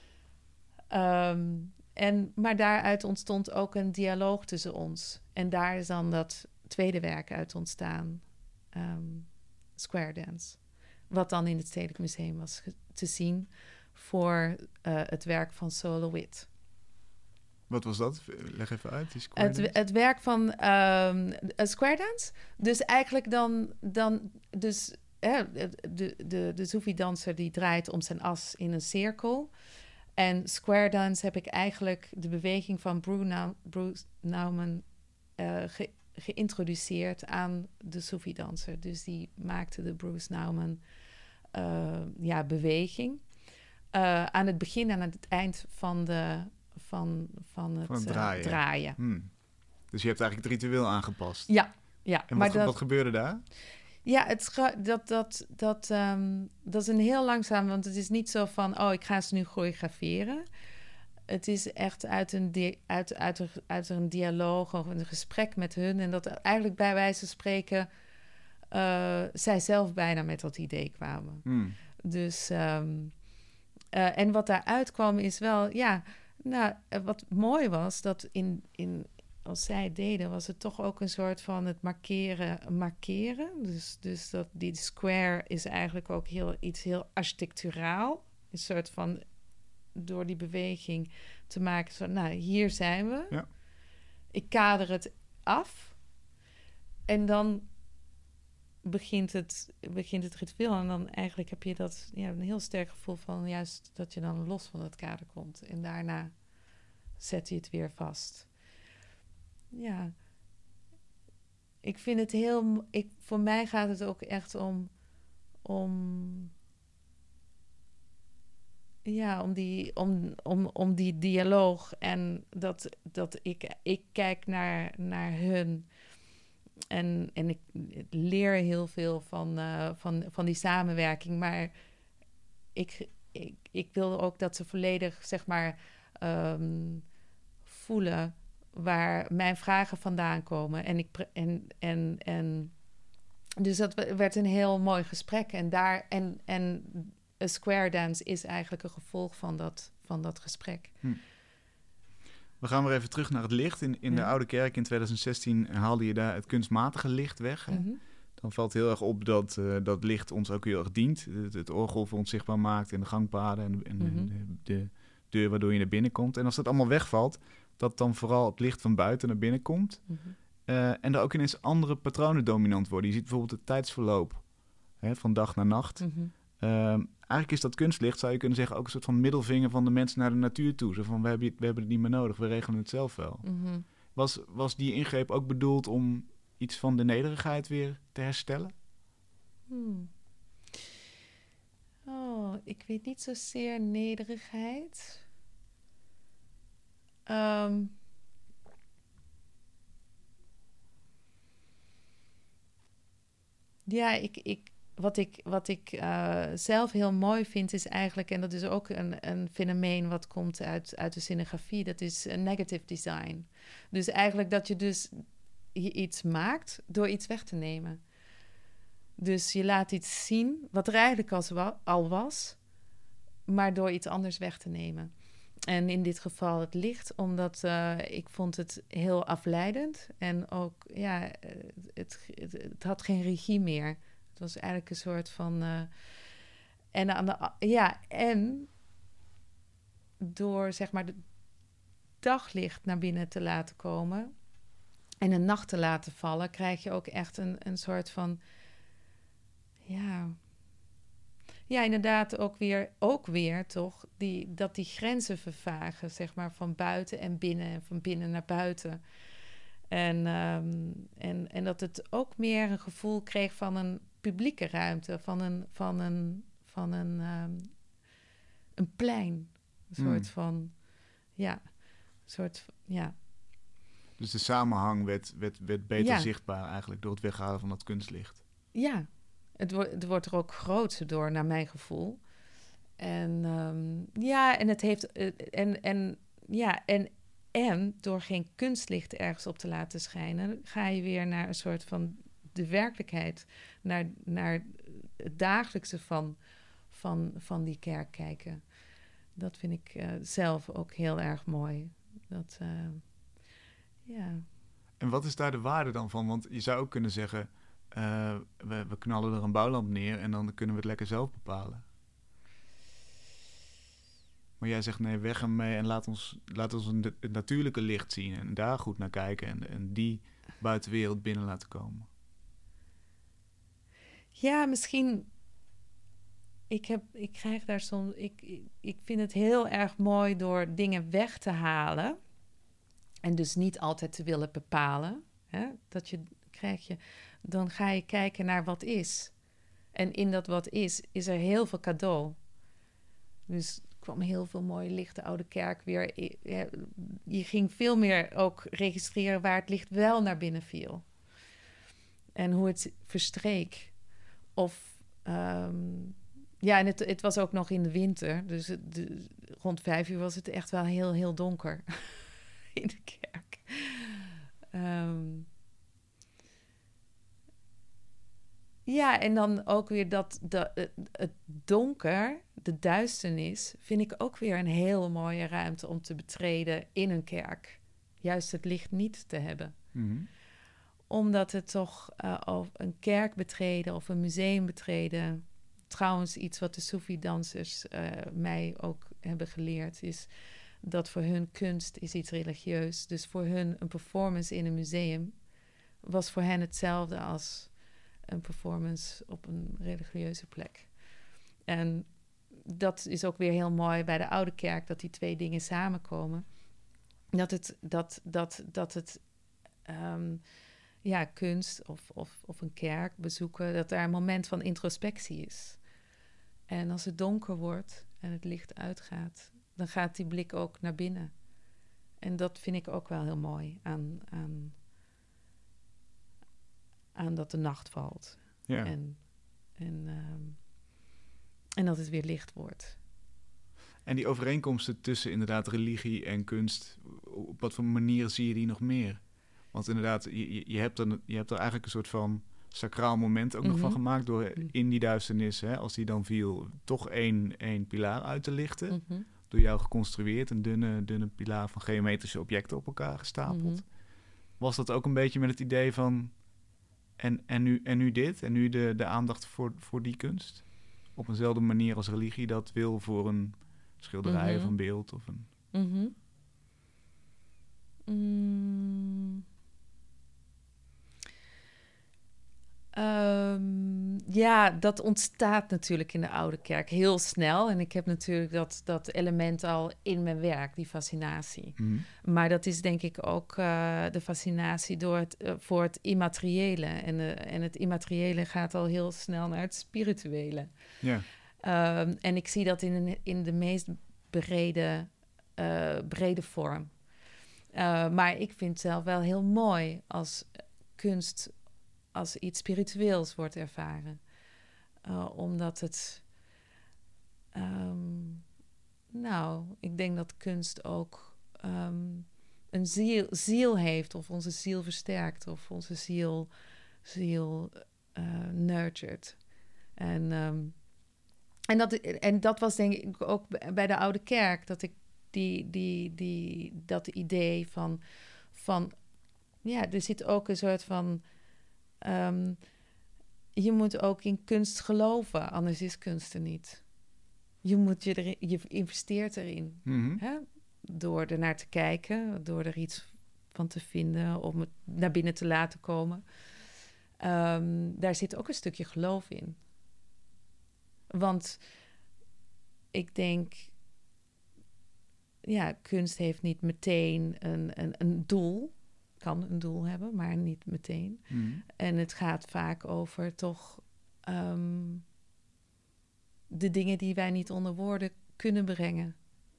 Um, en, maar daaruit ontstond ook een dialoog tussen ons. En daar is dan dat tweede werk uit ontstaan. Um, Square Dance. Wat dan in het Stedelijk Museum was ge- te zien voor uh, het werk van Soloist. Wat was dat? Leg even uit, die Square Het, Dance. het werk van um, Square Dance. Dus eigenlijk dan... dan dus, hè, de, de, de Soefi-danser die draait om zijn as in een cirkel. En Square Dance heb ik eigenlijk de beweging van Bruce, Bruce Nauman uh, ge, geïntroduceerd aan de Soefi-danser. Dus die maakte de Bruce Nauman uh, ja, beweging. Uh, aan het begin en aan het eind van, de, van, van het, van het draaien. Uh, draaien. Hmm. Dus je hebt eigenlijk het ritueel aangepast. Ja, ja. En maar wat, dat, wat gebeurde daar? Ja, het, dat, dat, dat, um, dat is een heel langzaam... want het is niet zo van... oh, ik ga ze nu choreograferen. Het is echt uit een, di- uit, uit, uit een dialoog of een gesprek met hun... en dat eigenlijk bij wijze van spreken... Uh, zij zelf bijna met dat idee kwamen. Hmm. Dus... Um, uh, en wat daaruit kwam is wel... ja, nou, wat mooi was... dat in... in als zij het deden, was het toch ook een soort van het markeren, markeren. Dus, dus dat die square is eigenlijk ook heel, iets heel architecturaal. Een soort van, door die beweging te maken, zo, nou, hier zijn we. Ja. Ik kader het af. En dan begint het, begint het ritueel. En dan eigenlijk heb je dat, ja, een heel sterk gevoel van juist dat je dan los van het kader komt. En daarna zet je het weer vast. Ja, ik vind het heel... Ik, voor mij gaat het ook echt om... om ja, om die, om, om, om die dialoog. En dat, dat ik, ik kijk naar, naar hun. En, en ik leer heel veel van, uh, van, van die samenwerking. Maar ik, ik, ik wil ook dat ze volledig, zeg maar, um, voelen... waar mijn vragen vandaan komen. En, ik, en, en, en dus dat werd een heel mooi gesprek. En, daar, en, en a Square Dance is eigenlijk een gevolg van dat, van dat gesprek. Hm. We gaan weer even terug naar het licht. In, in ja. de Oude Kerk in twintig zestien haalde je daar het kunstmatige licht weg. Hè? Mm-hmm. Dan valt heel erg op dat uh, dat licht ons ook heel erg dient. Het, het orgel voor ons zichtbaar maakt en de gangpaden en, en mm-hmm. de, de deur waardoor je naar binnen komt. En als dat allemaal wegvalt... dat dan vooral het licht van buiten naar binnen komt. Mm-hmm. Uh, en er ook ineens andere patronen dominant worden. Je ziet bijvoorbeeld het tijdsverloop hè, van dag naar nacht. Mm-hmm. Uh, eigenlijk is dat kunstlicht, zou je kunnen zeggen... ook een soort van middelvinger van de mensen naar de natuur toe. Zo van, we hebben, we hebben het niet meer nodig, we regelen het zelf wel. Mm-hmm. Was, was die ingreep ook bedoeld om iets van de nederigheid weer te herstellen? Hmm. Oh, ik weet niet zozeer nederigheid... Um, ja, ik, ik, wat ik, wat ik uh, zelf heel mooi vind is eigenlijk... en dat is ook een, een fenomeen wat komt uit, uit de scenografie... dat is een negative design. Dus eigenlijk dat je dus je iets maakt door iets weg te nemen. Dus je laat iets zien wat er eigenlijk als wa- al was... maar door iets anders weg te nemen... En in dit geval het licht, omdat uh, ik vond het heel afleidend. En ook, ja, het, het, het had geen regie meer. Het was eigenlijk een soort van... Uh, en, aan de, ja, en door, zeg maar, het daglicht naar binnen te laten komen... en een nacht te laten vallen... krijg je ook echt een, een soort van... ja... Ja, inderdaad, ook weer, ook weer toch, die, dat die grenzen vervagen, zeg maar, van buiten en binnen en van binnen naar buiten. En, um, en, en dat het ook meer een gevoel kreeg van een publieke ruimte, van een, van een, van een, um, een plein. Een soort mm. van, ja, een soort, ja. Dus de samenhang werd, werd, werd beter ja. zichtbaar eigenlijk door het weghalen van dat kunstlicht. Ja. Het, wo- het wordt er ook groter door, naar mijn gevoel. En um, ja, en het heeft... Uh, en, en ja, en En door geen kunstlicht ergens op te laten schijnen, ga je weer naar een soort van de werkelijkheid, naar, naar het dagelijkse van, van, van die kerk kijken. Dat vind ik uh, zelf ook heel erg mooi. Dat, uh, ja. En wat is daar de waarde dan van? Want je zou ook kunnen zeggen, uh, we, we knallen er een bouwlamp neer en dan kunnen we het lekker zelf bepalen. Maar jij zegt nee, weg ermee en laat ons, laat ons een, het natuurlijke licht zien en daar goed naar kijken en, en die buitenwereld binnen laten komen. Ja, misschien. Ik, heb, ik krijg daar soms. Ik, ik, ik vind het heel erg mooi door dingen weg te halen. En dus niet altijd te willen bepalen. Hè? Dat je krijg je. Dan ga je kijken naar wat is. En in dat wat is, is er heel veel cadeau. Dus er kwam heel veel mooie licht, de oude kerk weer. Je ging veel meer ook registreren waar het licht wel naar binnen viel. En hoe het verstreek. Of. Um, ja, en het, het was ook nog in de winter. Dus het, de, rond vijf uur was het echt wel heel, heel donker in de kerk. Um, ja, en dan ook weer dat de, het, het donker, de duisternis, vind ik ook weer een heel mooie ruimte om te betreden in een kerk. Juist het licht niet te hebben. Mm-hmm. Omdat het toch uh, of een kerk betreden of een museum betreden. Trouwens, iets wat de Soefi-dansers uh, mij ook hebben geleerd, is dat voor hun kunst is iets religieus. Dus voor hun een performance in een museum was voor hen hetzelfde als een performance op een religieuze plek. En dat is ook weer heel mooi bij de Oude Kerk, dat die twee dingen samenkomen. Dat het, dat, dat, dat het um, ja, kunst of, of, of een kerk bezoeken, dat daar een moment van introspectie is. En als het donker wordt en het licht uitgaat, dan gaat die blik ook naar binnen. En dat vind ik ook wel heel mooi aan, aan, aan dat de nacht valt. Ja. En, en, um, en dat het weer licht wordt. En die overeenkomsten tussen inderdaad religie en kunst, op wat voor manieren zie je die nog meer? Want inderdaad, je, je, hebt, er, je hebt er eigenlijk een soort van sacraal moment ook mm-hmm. nog van gemaakt door in die duisternis, hè, als die dan viel, toch één, één pilaar uit te lichten. Mm-hmm. Door jou geconstrueerd, een dunne, dunne pilaar van geometrische objecten op elkaar gestapeld. Mm-hmm. Was dat ook een beetje met het idee van en, en, nu, en nu dit? En nu de, de aandacht voor, voor die kunst? Op eenzelfde manier als religie dat wil voor een schilderij mm-hmm. of een beeld of een... Mm-hmm. Mm. Um, ja, dat ontstaat natuurlijk in de Oude Kerk heel snel. En ik heb natuurlijk dat, dat element al in mijn werk, die fascinatie. Mm-hmm. Maar dat is denk ik ook uh, de fascinatie door het, uh, voor het immateriële. En, uh, en het immateriële gaat al heel snel naar het spirituele. Yeah. Um, en ik zie dat in, in de meest brede, uh, brede vorm. Uh, maar ik vind het zelf wel heel mooi als kunst als iets spiritueels wordt ervaren. Uh, omdat het... Um, nou, ik denk dat kunst ook um, een ziel, ziel heeft... of onze ziel versterkt... of onze ziel, ziel uh, nurtured. En, um, en, dat, en dat was denk ik ook bij de Oude Kerk... dat ik die, die, die, dat idee van, van... ja, er zit ook een soort van... Um, je moet ook in kunst geloven, anders is kunst er niet. Je, moet je, erin, je investeert erin. Mm-hmm. Hè? Door er naar te kijken, door er iets van te vinden, om het naar binnen te laten komen. Um, daar zit ook een stukje geloof in. Want ik denk, ja, kunst heeft niet meteen een, een, een doel. Kan een doel hebben, maar niet meteen. Mm. En het gaat vaak over toch um, de dingen die wij niet onder woorden kunnen brengen.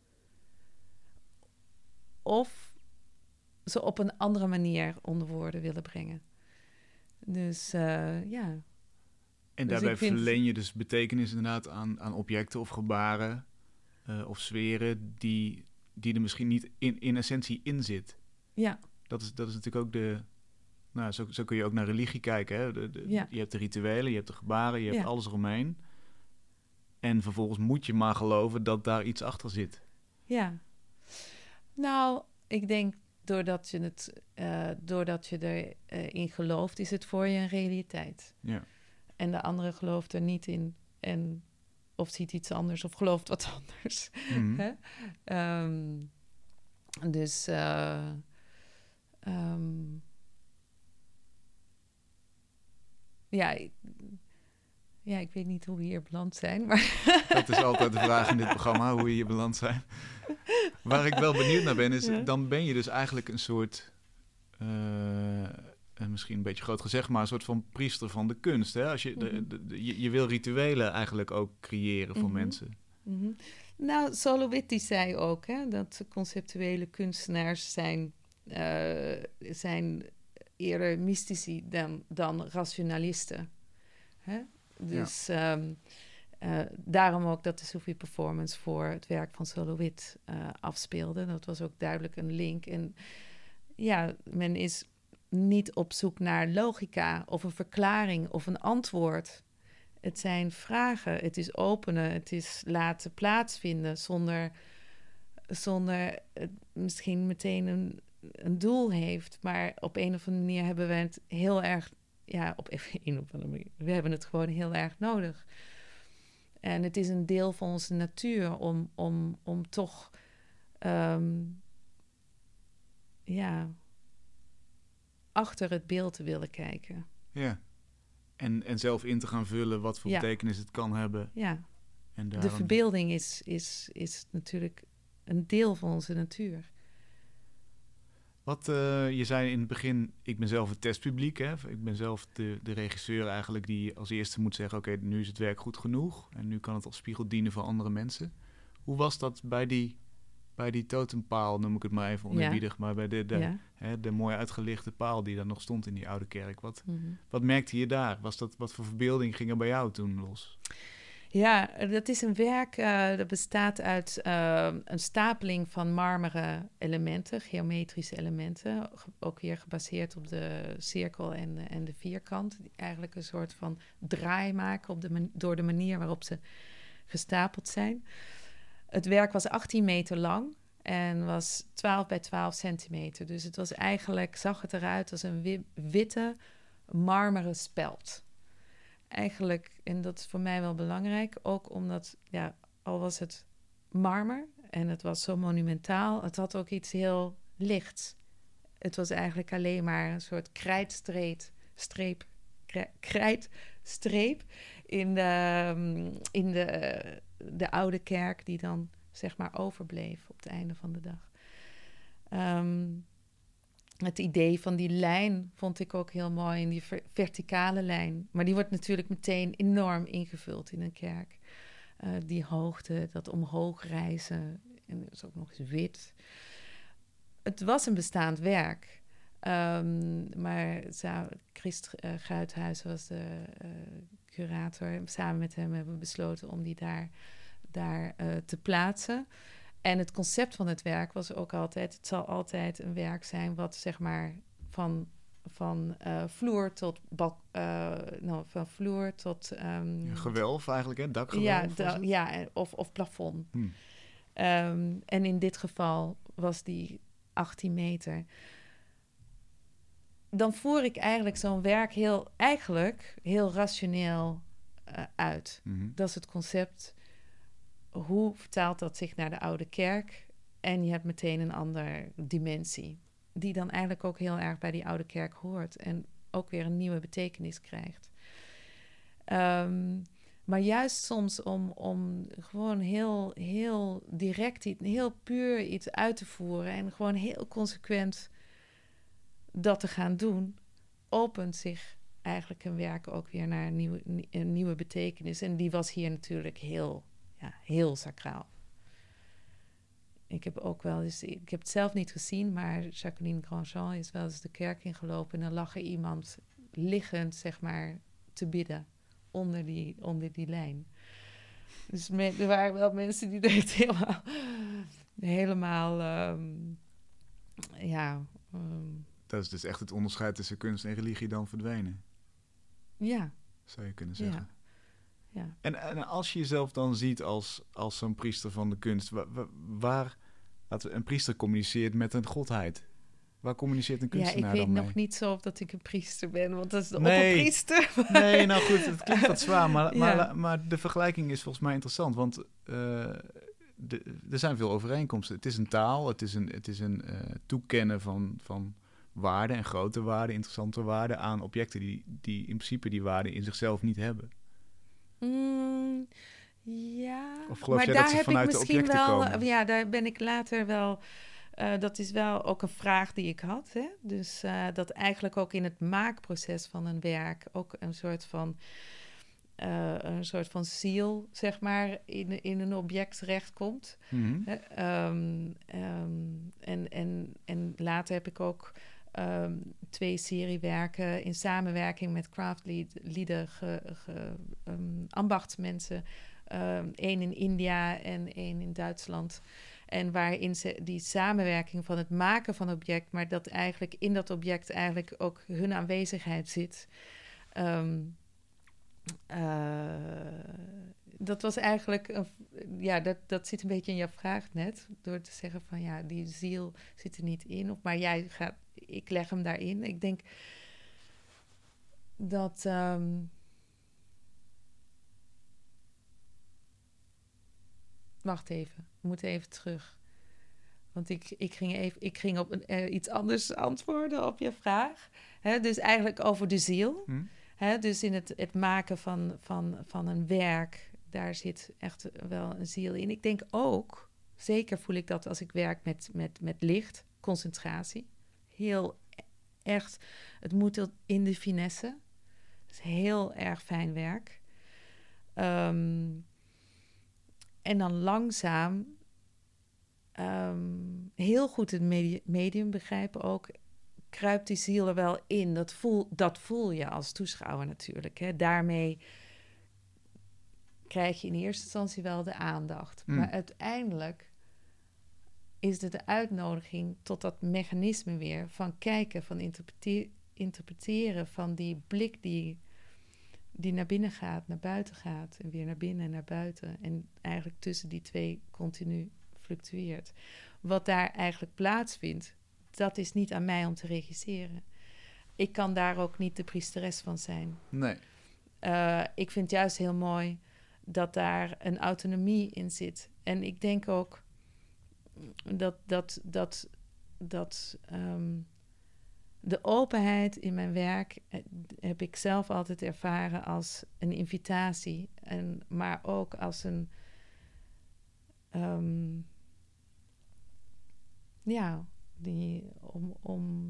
Of ze op een andere manier onder woorden willen brengen. Dus uh, ja. En dus daarbij vind... verleen je dus betekenis inderdaad aan, aan objecten of gebaren uh, of sferen die die er misschien niet in, in essentie in zit. Ja. Dat is, dat is natuurlijk ook de... Nou, zo, zo kun je ook naar religie kijken. Hè? De, de, Ja. Je hebt de rituelen, je hebt de gebaren, je hebt Ja. alles eromheen. En vervolgens moet je maar geloven dat daar iets achter zit. Ja. Nou, ik denk doordat je, het, uh, doordat je erin uh, gelooft, is het voor je een realiteit. Ja. En de andere gelooft er niet in. En of ziet iets anders of gelooft wat anders. Mm-hmm. Hè? Um, dus... Uh, um, ja, ik, ja, ik weet niet hoe we hier beland zijn. Maar dat is altijd de vraag in dit programma, hoe we hier beland zijn. Waar ik wel benieuwd naar ben, is... Ja. Dan ben je dus eigenlijk een soort... Uh, misschien een beetje groot gezegd, maar een soort van priester van de kunst. Hè? Als je, mm-hmm. de, de, de, je, je wil rituelen eigenlijk ook creëren voor mm-hmm. mensen. Mm-hmm. Nou, Solovitty zei ook hè, dat conceptuele kunstenaars zijn, uh, zijn eerder mystici dan, dan rationalisten. Hè? Dus ja. um, uh, daarom ook dat de Sufi Performance voor het werk van Solovit uh, afspeelde. Dat was ook duidelijk een link. En ja, men is niet op zoek naar logica of een verklaring of een antwoord. Het zijn vragen, het is openen, het is laten plaatsvinden zonder, zonder het misschien meteen een, een doel heeft. Maar op een of andere manier hebben we het heel erg, ja, op een of andere manier, we hebben het gewoon heel erg nodig. En het is een deel van onze natuur om, om, om toch, um, ja, achter het beeld te willen kijken. Ja. En, en zelf in te gaan vullen wat voor ja. betekenis het kan hebben. Ja. En daarom... De verbeelding is, is, is natuurlijk een deel van onze natuur. Wat uh, je zei in het begin, ik ben zelf het testpubliek. Hè? Ik ben zelf de, de regisseur eigenlijk die als eerste moet zeggen... oké, okay, nu is het werk goed genoeg. En nu kan het als spiegel dienen voor andere mensen. Hoe was dat bij die, bij die totempaal, noem ik het maar even oneerbiedig... Ja. maar bij de, de, ja. hè, de mooi uitgelichte paal die daar nog stond in die oude kerk. Wat, mm-hmm. wat merkte je daar? Was dat, wat voor verbeelding ging er bij jou toen los? Ja, dat is een werk uh, dat bestaat uit uh, een stapeling van marmeren elementen, geometrische elementen. Ook weer gebaseerd op de cirkel en, uh, en de vierkant. Die eigenlijk een soort van draai maken op de man- door de manier waarop ze gestapeld zijn. Het werk was achttien meter lang en was twaalf bij twaalf centimeter. Dus het was eigenlijk, zag het eruit als een wi- witte marmeren speld. Eigenlijk, en dat is voor mij wel belangrijk, ook omdat, ja, al was het marmer en het was zo monumentaal, het had ook iets heel lichts. Het was eigenlijk alleen maar een soort krijtstreep, streep, krijtstreep in, de, in de, de oude kerk die dan, zeg maar, overbleef op het einde van de dag. Um, Het idee van die lijn vond ik ook heel mooi, in die ver- verticale lijn. Maar die wordt natuurlijk meteen enorm ingevuld in een kerk. Uh, die hoogte, dat omhoog reizen, en dat is ook nog eens wit. Het was een bestaand werk. Um, maar Christ uh, Guithuis was de uh, curator. Samen met hem hebben we besloten om die daar, daar uh, te plaatsen. En het concept van het werk was ook altijd... het zal altijd een werk zijn wat, zeg maar, van, van uh, vloer tot... Bal, uh, nou, van vloer tot... Um, ja, gewelf eigenlijk, hè? Dakgewelf? Ja, da, ja of, of plafond. Hmm. Um, en in dit geval was die achttien meter. Dan voer ik eigenlijk zo'n werk heel... eigenlijk heel rationeel uh, uit. Mm-hmm. Dat is het concept... Hoe vertaalt dat zich naar de oude kerk? En je hebt meteen een andere dimensie. Die dan eigenlijk ook heel erg bij die oude kerk hoort. En ook weer een nieuwe betekenis krijgt. Um, maar juist soms om, om gewoon heel, heel direct, heel puur iets uit te voeren. En gewoon heel consequent dat te gaan doen. Opent zich eigenlijk een werk ook weer naar een nieuwe, een nieuwe betekenis. En die was hier natuurlijk heel... Ja, heel sacraal. Ik heb ook wel eens... Ik heb het zelf niet gezien, maar Jacqueline Grandjean is wel eens de kerk ingelopen... en dan lag er iemand liggend, zeg maar, te bidden onder die, onder die lijn. Dus me, er waren wel mensen die er helemaal helemaal, um, ja... Um, dat is dus echt het onderscheid tussen kunst en religie dan verdwenen. Ja. Zou je kunnen zeggen. Ja. Ja. En, en als je jezelf dan ziet als, als zo'n priester van de kunst, waar, waar laten we, een priester communiceert met een godheid. Waar communiceert een kunstenaar dan mee? Ja, ik weet nog niet zo of dat ik een priester ben, want dat is de nee. opperpriester. Nee, nou goed, het klinkt wat zwaar, maar, ja. maar, maar de vergelijking is volgens mij interessant, want uh, de, er zijn veel overeenkomsten. Het is een taal, het is een, het is een uh, toekennen van, van waarden en grote waarden, interessante waarden aan objecten die, die in principe die waarden in zichzelf niet hebben. Mm, ja, of geloof maar jij daar dat ze heb vanuit ik de misschien objecten wel, komen? Ja, daar ben ik later wel... Uh, dat is wel ook een vraag die ik had. Hè? Dus uh, dat eigenlijk ook in het maakproces van een werk ook een soort van, uh, een soort van ziel, zeg maar, in, in een object terechtkomt. Mm-hmm. Uh, um, um, en, en, en later heb ik ook um, twee seriewerken in samenwerking met craftlieden, ge, ge, um, ambachtsmensen. Um, één in India en één in Duitsland. En waarin ze die samenwerking van het maken van object, maar dat eigenlijk in dat object eigenlijk ook hun aanwezigheid zit. Um, uh, dat was eigenlijk, een, ja, dat, dat zit een beetje in jouw vraag net, door te zeggen van ja, die ziel zit er niet in, of maar jij gaat, ik leg hem daarin. Ik denk dat... Um, Wacht even, we moeten even terug. Want ik, ik ging, even, ik ging op een, uh, iets anders antwoorden op je vraag. Hè, dus eigenlijk over de ziel. Hm? Hè, dus in het, het maken van, van, van een werk, daar zit echt wel een ziel in. Ik denk ook, zeker voel ik dat als ik werk met, met, met licht, concentratie. Heel echt, het moet in de finesse. Het is heel erg fijn werk. Um, En dan langzaam um, heel goed het medi- medium begrijpen ook. Kruipt die ziel er wel in. Dat voel, dat voel je als toeschouwer natuurlijk. Hè. Daarmee krijg je in eerste instantie wel de aandacht. Mm. Maar uiteindelijk is het de uitnodiging tot dat mechanisme weer van kijken, van interprete- interpreteren, van die blik die... die naar binnen gaat, naar buiten gaat... en weer naar binnen en naar buiten... en eigenlijk tussen die twee continu fluctueert. Wat daar eigenlijk plaatsvindt... dat is niet aan mij om te regisseren. Ik kan daar ook niet de priesteres van zijn. Nee. Uh, ik vind het juist heel mooi... dat daar een autonomie in zit. En ik denk ook... dat... dat, dat, dat um, de openheid in mijn werk heb ik zelf altijd ervaren als een invitatie. En, maar ook als een... Um, ja, die, om, om...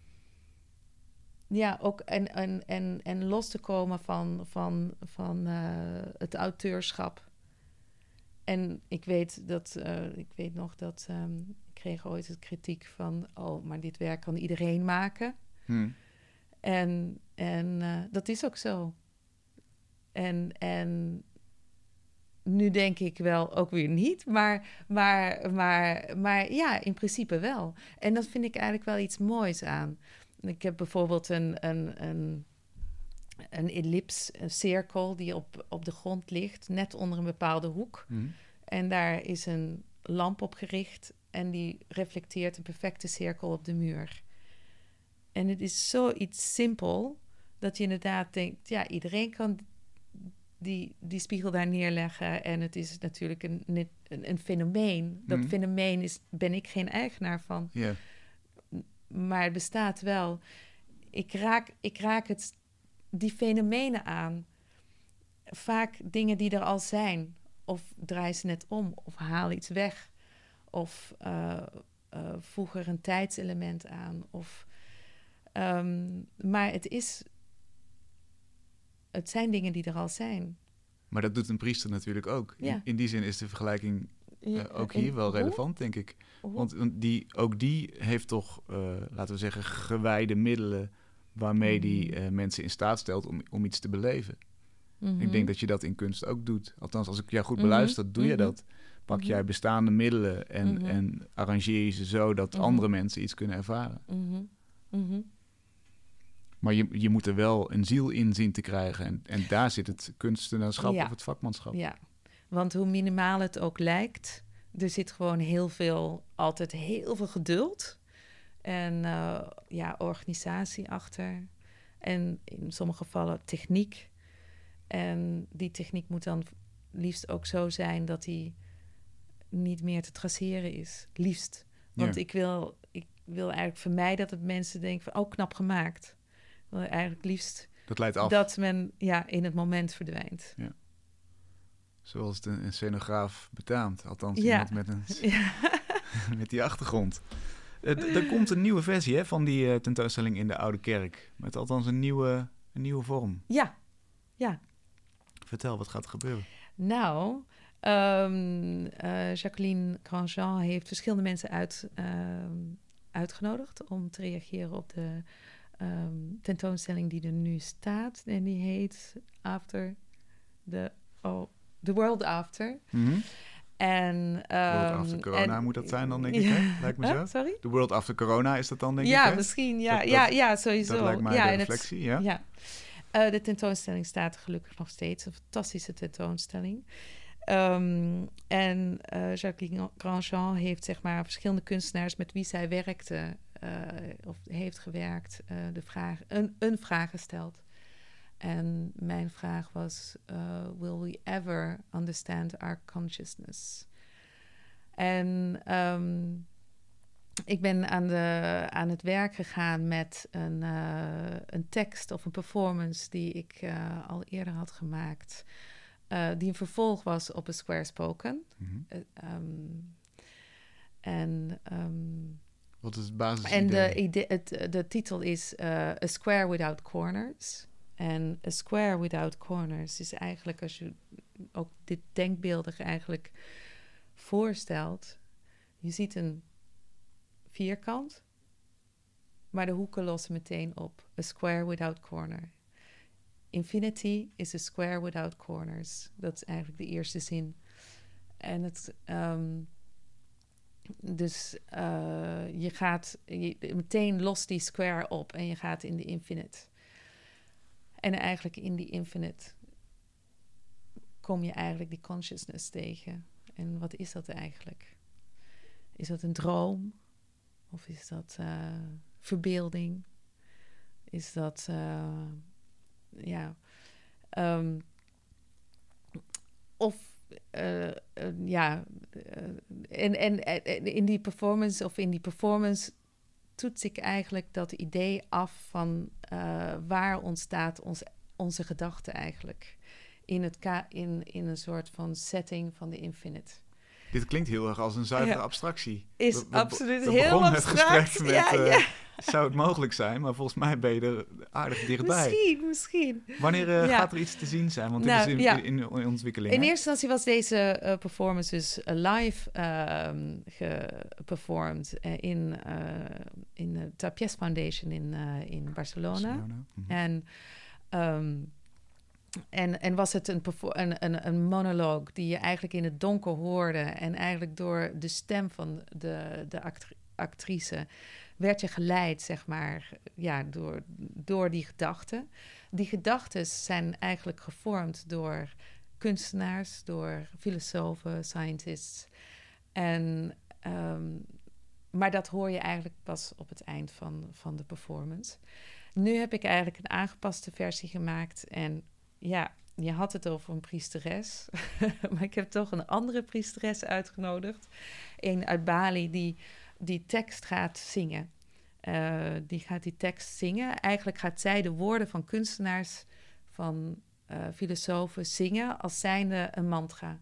Ja, ook en, en, en, en los te komen van, van, van uh, het auteurschap. En ik weet, dat, uh, ik weet nog dat... Um, Ik kreeg ooit het kritiek van... oh, maar dit werk kan iedereen maken. Hmm. En, en uh, dat is ook zo. En, en nu denk ik wel ook weer niet. Maar, maar, maar, maar ja, in principe wel. En dat vind ik eigenlijk wel iets moois aan. Ik heb bijvoorbeeld een, een, een, een ellips, een cirkel... die op, op de grond ligt, net onder een bepaalde hoek. Hmm. En daar is een lamp op gericht... en die reflecteert een perfecte cirkel op de muur. En het is zoiets simpel... dat je inderdaad denkt... ja, iedereen kan die, die spiegel daar neerleggen... en het is natuurlijk een, een, een fenomeen. Dat mm. fenomeen is, ben ik geen eigenaar van. Yeah. Maar het bestaat wel. Ik raak, ik raak het, die fenomenen aan. Vaak dingen die er al zijn. Of draai ze net om. Of haal iets weg. Of uh, uh, voeg er een tijdselement aan. Of, um, maar het is... Het zijn dingen die er al zijn. Maar dat doet een priester natuurlijk ook. Ja. In, in die zin is de vergelijking uh, ja, ook hier wel relevant, hoe? denk ik. Hoe? Want die, ook die heeft toch, uh, laten we zeggen, gewijde middelen... waarmee mm. die uh, mensen in staat stelt om, om iets te beleven. Mm-hmm. Ik denk dat je dat in kunst ook doet. Althans, als ik jou goed mm-hmm. beluister, doe mm-hmm. je dat. pak Mhm. jij bestaande middelen en, Mhm. en arrangeer je ze zo dat Mhm. andere mensen iets kunnen ervaren. Mhm. Mhm. Maar je, je moet er wel een ziel in zien te krijgen. En, en daar zit het kunstenaarschap Ja. of het vakmanschap. Ja, want hoe minimaal het ook lijkt, er zit gewoon heel veel, altijd heel veel geduld en uh, ja, organisatie achter. En in sommige gevallen techniek. En die techniek moet dan liefst ook zo zijn dat die niet meer te traceren is. Liefst. Want Ja. ik, wil, ik wil eigenlijk vermijden dat het mensen denken van, oh, knap gemaakt. Ik wil eigenlijk liefst Dat leidt af. dat men ja, in het moment verdwijnt. Ja. Zoals het een, een scenograaf betaamt. Althans, Ja. iemand met, een, Ja. met die achtergrond. Uh, d- er komt een nieuwe versie hè, van die uh, tentoonstelling in de Oude Kerk. Met althans een nieuwe, een nieuwe vorm. Ja, ja. Vertel, wat gaat er gebeuren? Nou, um, uh, Jacqueline Grandjean heeft verschillende mensen uit, um, uitgenodigd om te reageren op de um, tentoonstelling die er nu staat. En die heet After the, oh, the World After. Mm-hmm. En, um, World After Corona en, moet dat zijn dan, denk ik, hè? Lijkt me zo. Huh? Sorry? The World After Corona is dat dan, denk ja, ik, hè? misschien. Ja, dat, ja, dat, ja, sowieso. Dat lijkt mij ja, de en reflectie, het, ja. ja. Uh, de tentoonstelling staat gelukkig nog steeds. Een fantastische tentoonstelling. Um, en uh, Jacqueline Grandjean heeft zeg maar verschillende kunstenaars met wie zij werkte uh, of heeft gewerkt, uh, de vraag, een, een vraag gesteld. En mijn vraag was, uh, will we ever understand our consciousness? En um, ik ben aan, de, aan het werk gegaan met een, uh, een tekst of een performance die ik uh, al eerder had gemaakt. Uh, die een vervolg was op A Square Spoken. Mm-hmm. Uh, um, en um, wat is het basisidee? En de, ide- het, de titel is uh, A Square Without Corners. En A Square Without Corners is eigenlijk, als je ook dit denkbeeldig eigenlijk voorstelt, je ziet een vierkant, maar de hoeken lossen meteen op. A square without corner. Infinity is a square without corners. Dat is eigenlijk de eerste zin. En het, um, dus uh, je gaat je, meteen lost die square op en je gaat in de infinite. En eigenlijk in die infinite kom je eigenlijk die consciousness tegen. En wat is dat eigenlijk? Is dat een droom? Of is dat uh, verbeelding? Is dat, uh, ja... Um, of, uh, uh, ja... Uh, en, en, en in die performance, of in die performance... toets ik eigenlijk dat idee af van... Uh, waar ontstaat ons, onze gedachte eigenlijk? In, het ka- in, in een soort van setting van de infinite... Dit klinkt heel erg als een zuivere ja. abstractie. Is we, we, absoluut we heel abstract. Het gesprek met, ja, uh, ja. zou het mogelijk zijn? Maar volgens mij ben je er aardig dichtbij. Misschien, misschien. Wanneer uh, ja. gaat er iets te zien zijn? Want dit nou, is in, ja. in, in ontwikkeling. In hè? eerste instantie was deze uh, performance dus uh, live um, geperformed uh, in, uh, in de Tapies Foundation in, uh, in Barcelona. Barcelona. Mm-hmm. En... Um, En, en was het een, een, een, een monoloog die je eigenlijk in het donker hoorde... en eigenlijk door de stem van de, de actri- actrice werd je geleid, zeg maar, ja, door, door die gedachten. Die gedachten zijn eigenlijk gevormd door kunstenaars, door filosofen, scientists. En, um, maar dat hoor je eigenlijk pas op het eind van, van de performance. Nu heb ik eigenlijk een aangepaste versie gemaakt en... Ja, je had het over een priesteres, maar ik heb toch een andere priesteres uitgenodigd. Een uit Bali die die tekst gaat zingen. Uh, die gaat die tekst zingen. Eigenlijk gaat zij de woorden van kunstenaars, van uh, filosofen zingen als zijnde een mantra.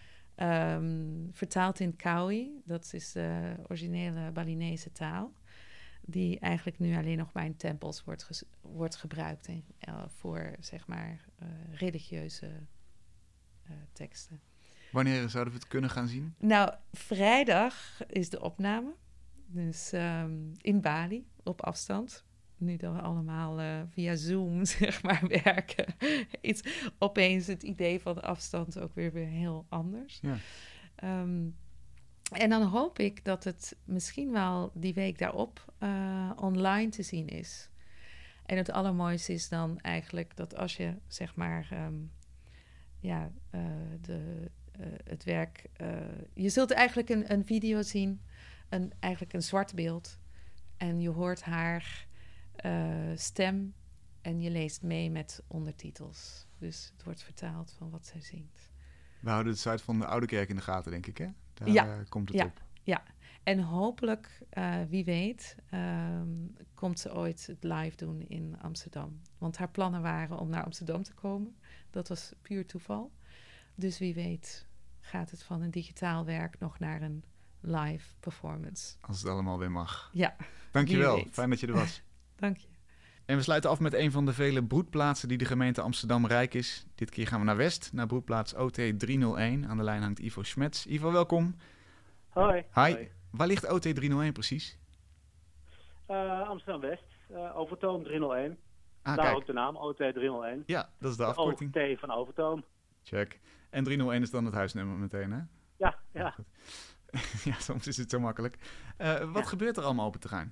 Um, vertaald in Kawi, dat is de originele Balinese taal. Die eigenlijk nu alleen nog maar in tempels wordt, ges- wordt gebruikt en, uh, voor, zeg maar, uh, religieuze uh, teksten. Wanneer zouden we het kunnen gaan zien? Nou, vrijdag is de opname. Dus um, in Bali, op afstand. Nu dat we allemaal uh, via Zoom, zeg maar, werken. Is opeens het idee van de afstand ook weer, weer heel anders. Ja. Um, en dan hoop ik dat het misschien wel die week daarop uh, online te zien is. En het allermooiste is dan eigenlijk dat als je, zeg maar, um, ja, uh, de, uh, het werk... Uh, je zult eigenlijk een, een video zien, een, eigenlijk een zwart beeld. En je hoort haar uh, stem en je leest mee met ondertitels. Dus het wordt vertaald van wat zij zingt. We houden de site van de Oude Kerk in de gaten, denk ik, hè? Daar ja, uh, komt het ja, op. Ja, en hopelijk, uh, wie weet, um, komt ze ooit het live doen in Amsterdam. Want haar plannen waren om naar Amsterdam te komen. Dat was puur toeval. Dus wie weet gaat het van een digitaal werk nog naar een live performance. Als het allemaal weer mag. Ja. Dankjewel, fijn dat je er was. Dank je. En we sluiten af met een van de vele broedplaatsen die de gemeente Amsterdam rijk is. Dit keer gaan we naar West, naar broedplaats O T driehonderdéén. Aan de lijn hangt Ivo Schmets. Ivo, welkom. Hoi. Hi. Hoi. Waar ligt O T driehonderdéén precies? Uh, Amsterdam-West, uh, Overtoom driehonderdéén. Ah, Daar kijk. ook de naam, O T driehonderdéén. Ja, dat is de de afkorting. O T van Overtoom. Check. En driehonderdéén is dan het huisnummer meteen, hè? Ja, ja. Ja, soms is het zo makkelijk. Uh, wat ja. gebeurt er allemaal op het terrein?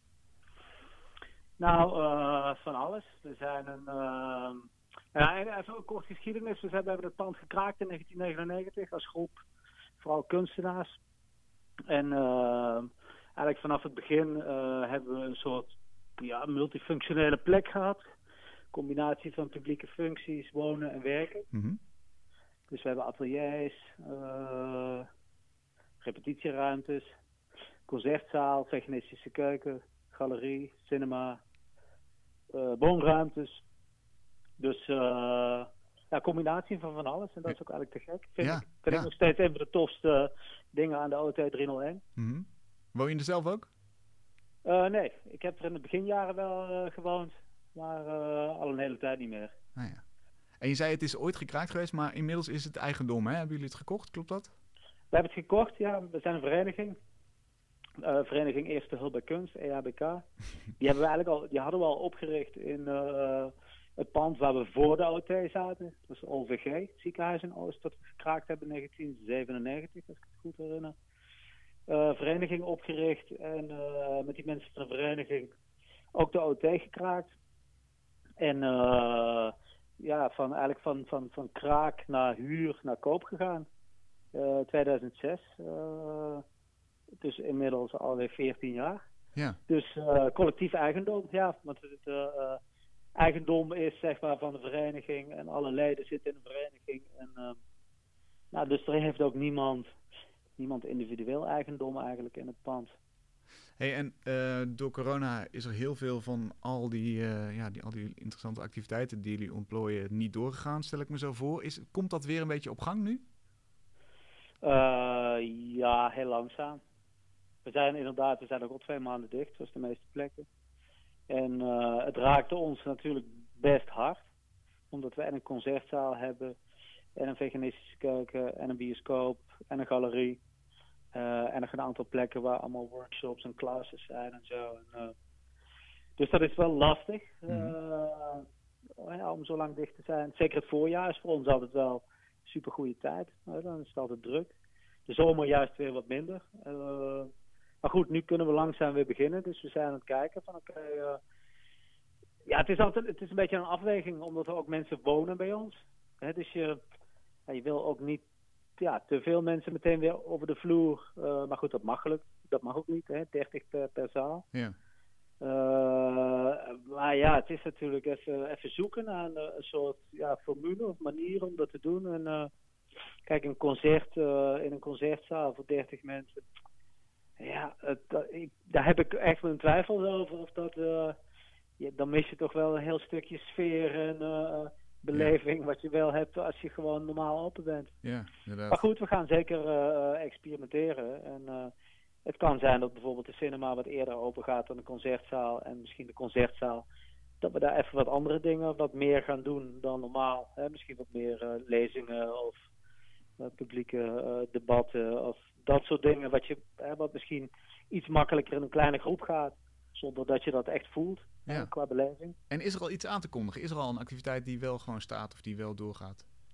Nou, uh, van alles. We zijn een... Uh, ja, even een kort geschiedenis. We hebben het pand gekraakt in negentien negenennegentig als groep, vooral kunstenaars. En uh, eigenlijk vanaf het begin uh, hebben we een soort ja, multifunctionele plek gehad. Combinatie van publieke functies, wonen en werken. Mm-hmm. Dus we hebben ateliers, uh, repetitieruimtes, concertzaal, veganistische keuken, galerie, cinema, uh, woonruimtes. Dus uh, ja, combinatie van van alles. En dat is ook eigenlijk te gek. Vind, ja, ik, vind ja. ik nog steeds een van de tofste dingen aan de O T driehonderdéén. Mm-hmm. Woon je er zelf ook? Uh, nee, ik heb er in de beginjaren wel uh, gewoond. Maar uh, al een hele tijd niet meer. Ah, ja. En je zei het is ooit gekraakt geweest, maar inmiddels is het eigendom, hè? Hebben jullie het gekocht, klopt dat? We hebben het gekocht, ja. We zijn een vereniging. Uh, vereniging Eerste Hulp bij Kunst, E H B K. Die, hebben we eigenlijk al, die hadden we al opgericht in uh, het pand waar we voor de O T zaten. Dat is O V G, het ziekenhuis in Oost, dat we gekraakt hebben in negentien zevenennegentig, als ik het goed herinner. Uh, vereniging opgericht en uh, met die mensen van de vereniging ook de O T gekraakt. En uh, ja, van, eigenlijk van, van, van kraak naar huur naar koop gegaan. Uh, tweeduizend zes. Uh, dus inmiddels alweer veertien jaar. Ja. Dus uh, collectief eigendom, ja. Want het uh, uh, eigendom is zeg maar van de vereniging en alle leden zitten in de vereniging. En, uh, nou, dus er heeft ook niemand, niemand individueel eigendom eigenlijk in het pand. Hey, en uh, door corona is er heel veel van al die, uh, ja, die, al die interessante activiteiten die jullie ontplooien niet doorgegaan, stel ik me zo voor. Is, komt dat weer een beetje op gang nu? Uh, ja, heel langzaam. We zijn inderdaad, we zijn ook al twee maanden dicht, zoals de meeste plekken. En uh, het raakte ons natuurlijk best hard. Omdat we en een concertzaal hebben, en een veganistische keuken, en een bioscoop, en een galerie. Uh, en nog een aantal plekken waar allemaal workshops en classes zijn en zo. En, uh, dus dat is wel lastig uh, ja, om zo lang dicht te zijn. Zeker het voorjaar is voor ons altijd wel een super goede tijd. Uh, dan is het altijd druk. De zomer juist weer wat minder. Uh, maar goed, nu kunnen we langzaam weer beginnen. Dus we zijn aan het kijken van oké... Okay, uh, ja, het is altijd het is een beetje een afweging omdat er ook mensen wonen bij ons. Hè, dus je, ja, je wil ook niet ja, te veel mensen meteen weer over de vloer. Uh, maar goed, dat mag, dat mag ook niet, hè? dertig per, per zaal. Ja. Uh, maar ja, het is natuurlijk even, even zoeken naar een, een soort ja, formule of manier om dat te doen. En, uh, kijk, een concert uh, in een concertzaal voor dertig mensen. Ja, het, dat, ik, daar heb ik echt mijn twijfels over. Of dat, uh, ja, dan mis je toch wel een heel stukje sfeer en uh, beleving, ja, wat je wel hebt als je gewoon normaal open bent. Ja, inderdaad. Maar goed, we gaan zeker uh, experimenteren. En uh, het kan zijn dat bijvoorbeeld de cinema wat eerder open gaat dan de concertzaal. En misschien de concertzaal, dat we daar even wat andere dingen, wat meer gaan doen dan normaal. Hè? Misschien wat meer uh, lezingen of uh, publieke uh, debatten of dat soort dingen. Wat, je, hè, wat misschien iets makkelijker in een kleine groep gaat. Zonder dat je dat echt voelt, ja, hè, qua beleving. En is er al iets aan te kondigen? Is er al een activiteit die wel gewoon staat of die wel doorgaat?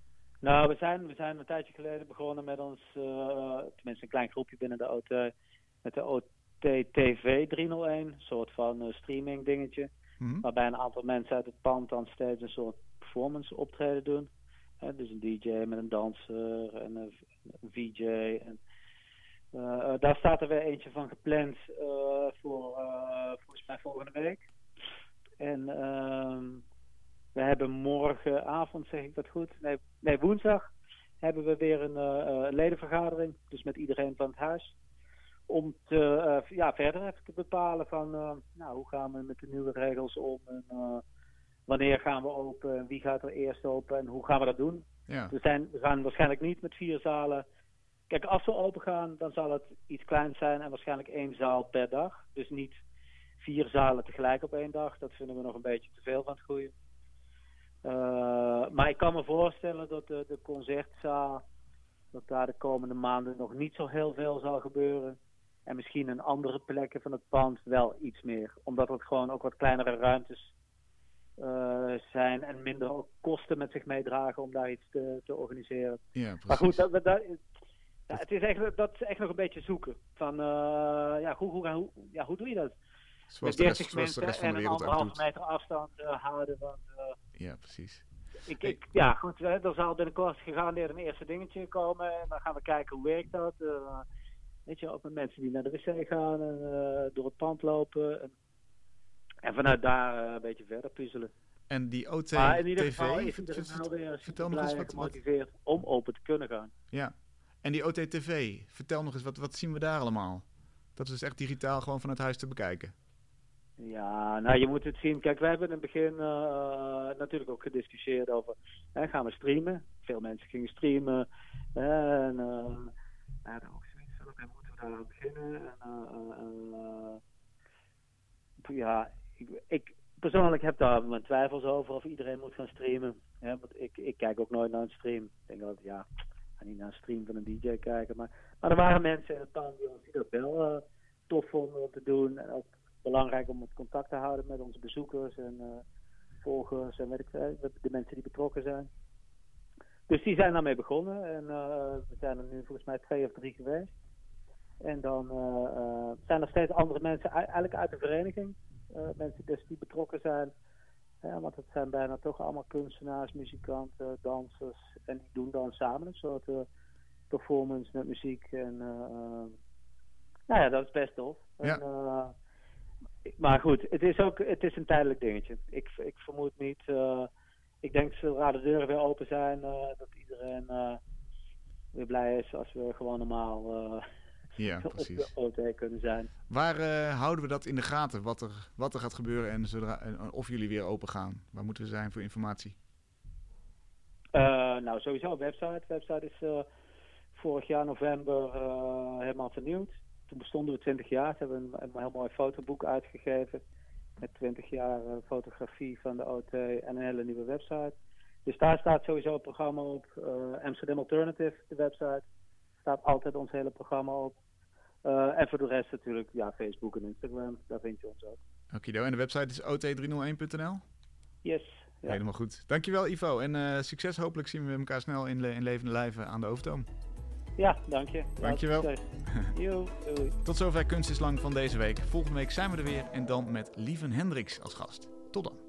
Nou, we zijn, we zijn een tijdje geleden begonnen met ons, uh, tenminste een klein groepje binnen de O T, met de O T T V driehonderdéén, een soort van uh, streaming dingetje. Mm-hmm. Waarbij een aantal mensen uit het pand dan steeds een soort performance optreden doen. He, dus een D J met een danser en een, een V J. En, uh, daar staat er weer eentje van gepland uh, voor uh, volgens mij volgende week. En uh, we hebben morgenavond, zeg ik dat goed? Nee, nee woensdag hebben we weer een uh, ledenvergadering. Dus met iedereen van het huis. Om te, uh, ja, verder even te bepalen van uh, nou, hoe gaan we met de nieuwe regels om. En, uh, wanneer gaan we open? Wie gaat er eerst open? En hoe gaan we dat doen? Ja. We, zijn, we gaan waarschijnlijk niet met vier zalen. Kijk, als we open gaan, dan zal het iets kleins zijn. En waarschijnlijk één zaal per dag. Dus niet vier zalen tegelijk op één dag. Dat vinden we nog een beetje te veel van het groeien. Uh, maar ik kan me voorstellen dat de, de concertzaal, dat daar de komende maanden nog niet zo heel veel zal gebeuren. En misschien in andere plekken van het pand wel iets meer. Omdat het gewoon ook wat kleinere ruimtes uh, zijn en minder ook kosten met zich meedragen om daar iets te, te organiseren. Ja, precies. Maar goed, dat, dat, ja, het is echt, dat is echt nog een beetje zoeken. Van, uh, ja, hoe, hoe, hoe, ja, hoe doe je dat? Zoals met dertig de rest, mensen de en een anderhalve meter afstand uh, houden. Want, uh, ja, precies. Ik, ik, ja, goed, hè, er zal binnenkort gegarandeerd een eerste dingetje komen. En dan gaan we kijken hoe werkt dat. Uh, weet je, ook met mensen die naar de wc gaan en uh, door het pand lopen. En, en vanuit daar uh, een beetje verder puzzelen. En die O T T V, maar in ieder geval is het er wel weer vertel nog eens wat gemotiveerd om open te kunnen gaan. Ja, en die O T T V, vertel nog eens, wat, wat zien we daar allemaal? Dat is dus echt digitaal gewoon vanuit huis te bekijken. Ja, nou je moet het zien. Kijk, wij hebben in het begin uh, natuurlijk ook gediscussieerd over, hè, gaan we streamen? Veel mensen gingen streamen. En uh, ja, dan ook zoiets van, oké, moeten we daar aan beginnen? En, uh, uh, uh, ja, ik, ik persoonlijk heb daar mijn twijfels over of iedereen moet gaan streamen. Ja, want ik, ik kijk ook nooit naar een stream. Ik denk dat, ja, ik ga niet naar een stream van een D J kijken. Maar, maar er waren mensen in het pand die dat wel uh, tof vonden om te doen. En ook belangrijk om het contact te houden met onze bezoekers en uh, volgers en weet ik veel, de mensen die betrokken zijn. Dus die zijn daarmee begonnen en uh, we zijn er nu volgens mij twee of drie geweest. En dan uh, uh, zijn er steeds andere mensen, eigenlijk uit de vereniging, uh, mensen dus die betrokken zijn. Ja, want het zijn bijna toch allemaal kunstenaars, muzikanten, dansers en die doen dan samen een soort uh, performance met muziek. En uh, uh, nou ja, dat is best tof. Ja. En, uh, maar goed, het is ook het is een tijdelijk dingetje. Ik, ik vermoed niet, uh, ik denk zodra de deuren weer open zijn, uh, dat iedereen uh, weer blij is als we gewoon normaal uh, ja, op de O T kunnen zijn. Waar uh, houden we dat in de gaten, wat er, wat er gaat gebeuren en, zodra, en of jullie weer open gaan? Waar moeten we zijn voor informatie? Uh, nou, sowieso een website. De website is uh, vorig jaar november uh, helemaal vernieuwd. Toen bestonden we twintig jaar. Ze hebben een, een heel mooi fotoboek uitgegeven. Met twintig jaar uh, fotografie van de O T en een hele nieuwe website. Dus daar staat sowieso het programma op. Uh, Amsterdam Alternative, de website. Staat altijd ons hele programma op. Uh, en voor de rest natuurlijk ja, Facebook en Instagram. Daar vind je ons ook. Okido. En de website is O T driehonderdéén punt n l? Yes. Ja. Helemaal goed. Dankjewel Ivo. En uh, succes. Hopelijk zien we elkaar snel in, le- in levende lijven aan de Hoofdtoom. Ja, dank je. Dankjewel. Yo, doei. Tot zover Kunst is Lang van deze week. Volgende week zijn we er weer en dan met Lieven Hendricks als gast. Tot dan.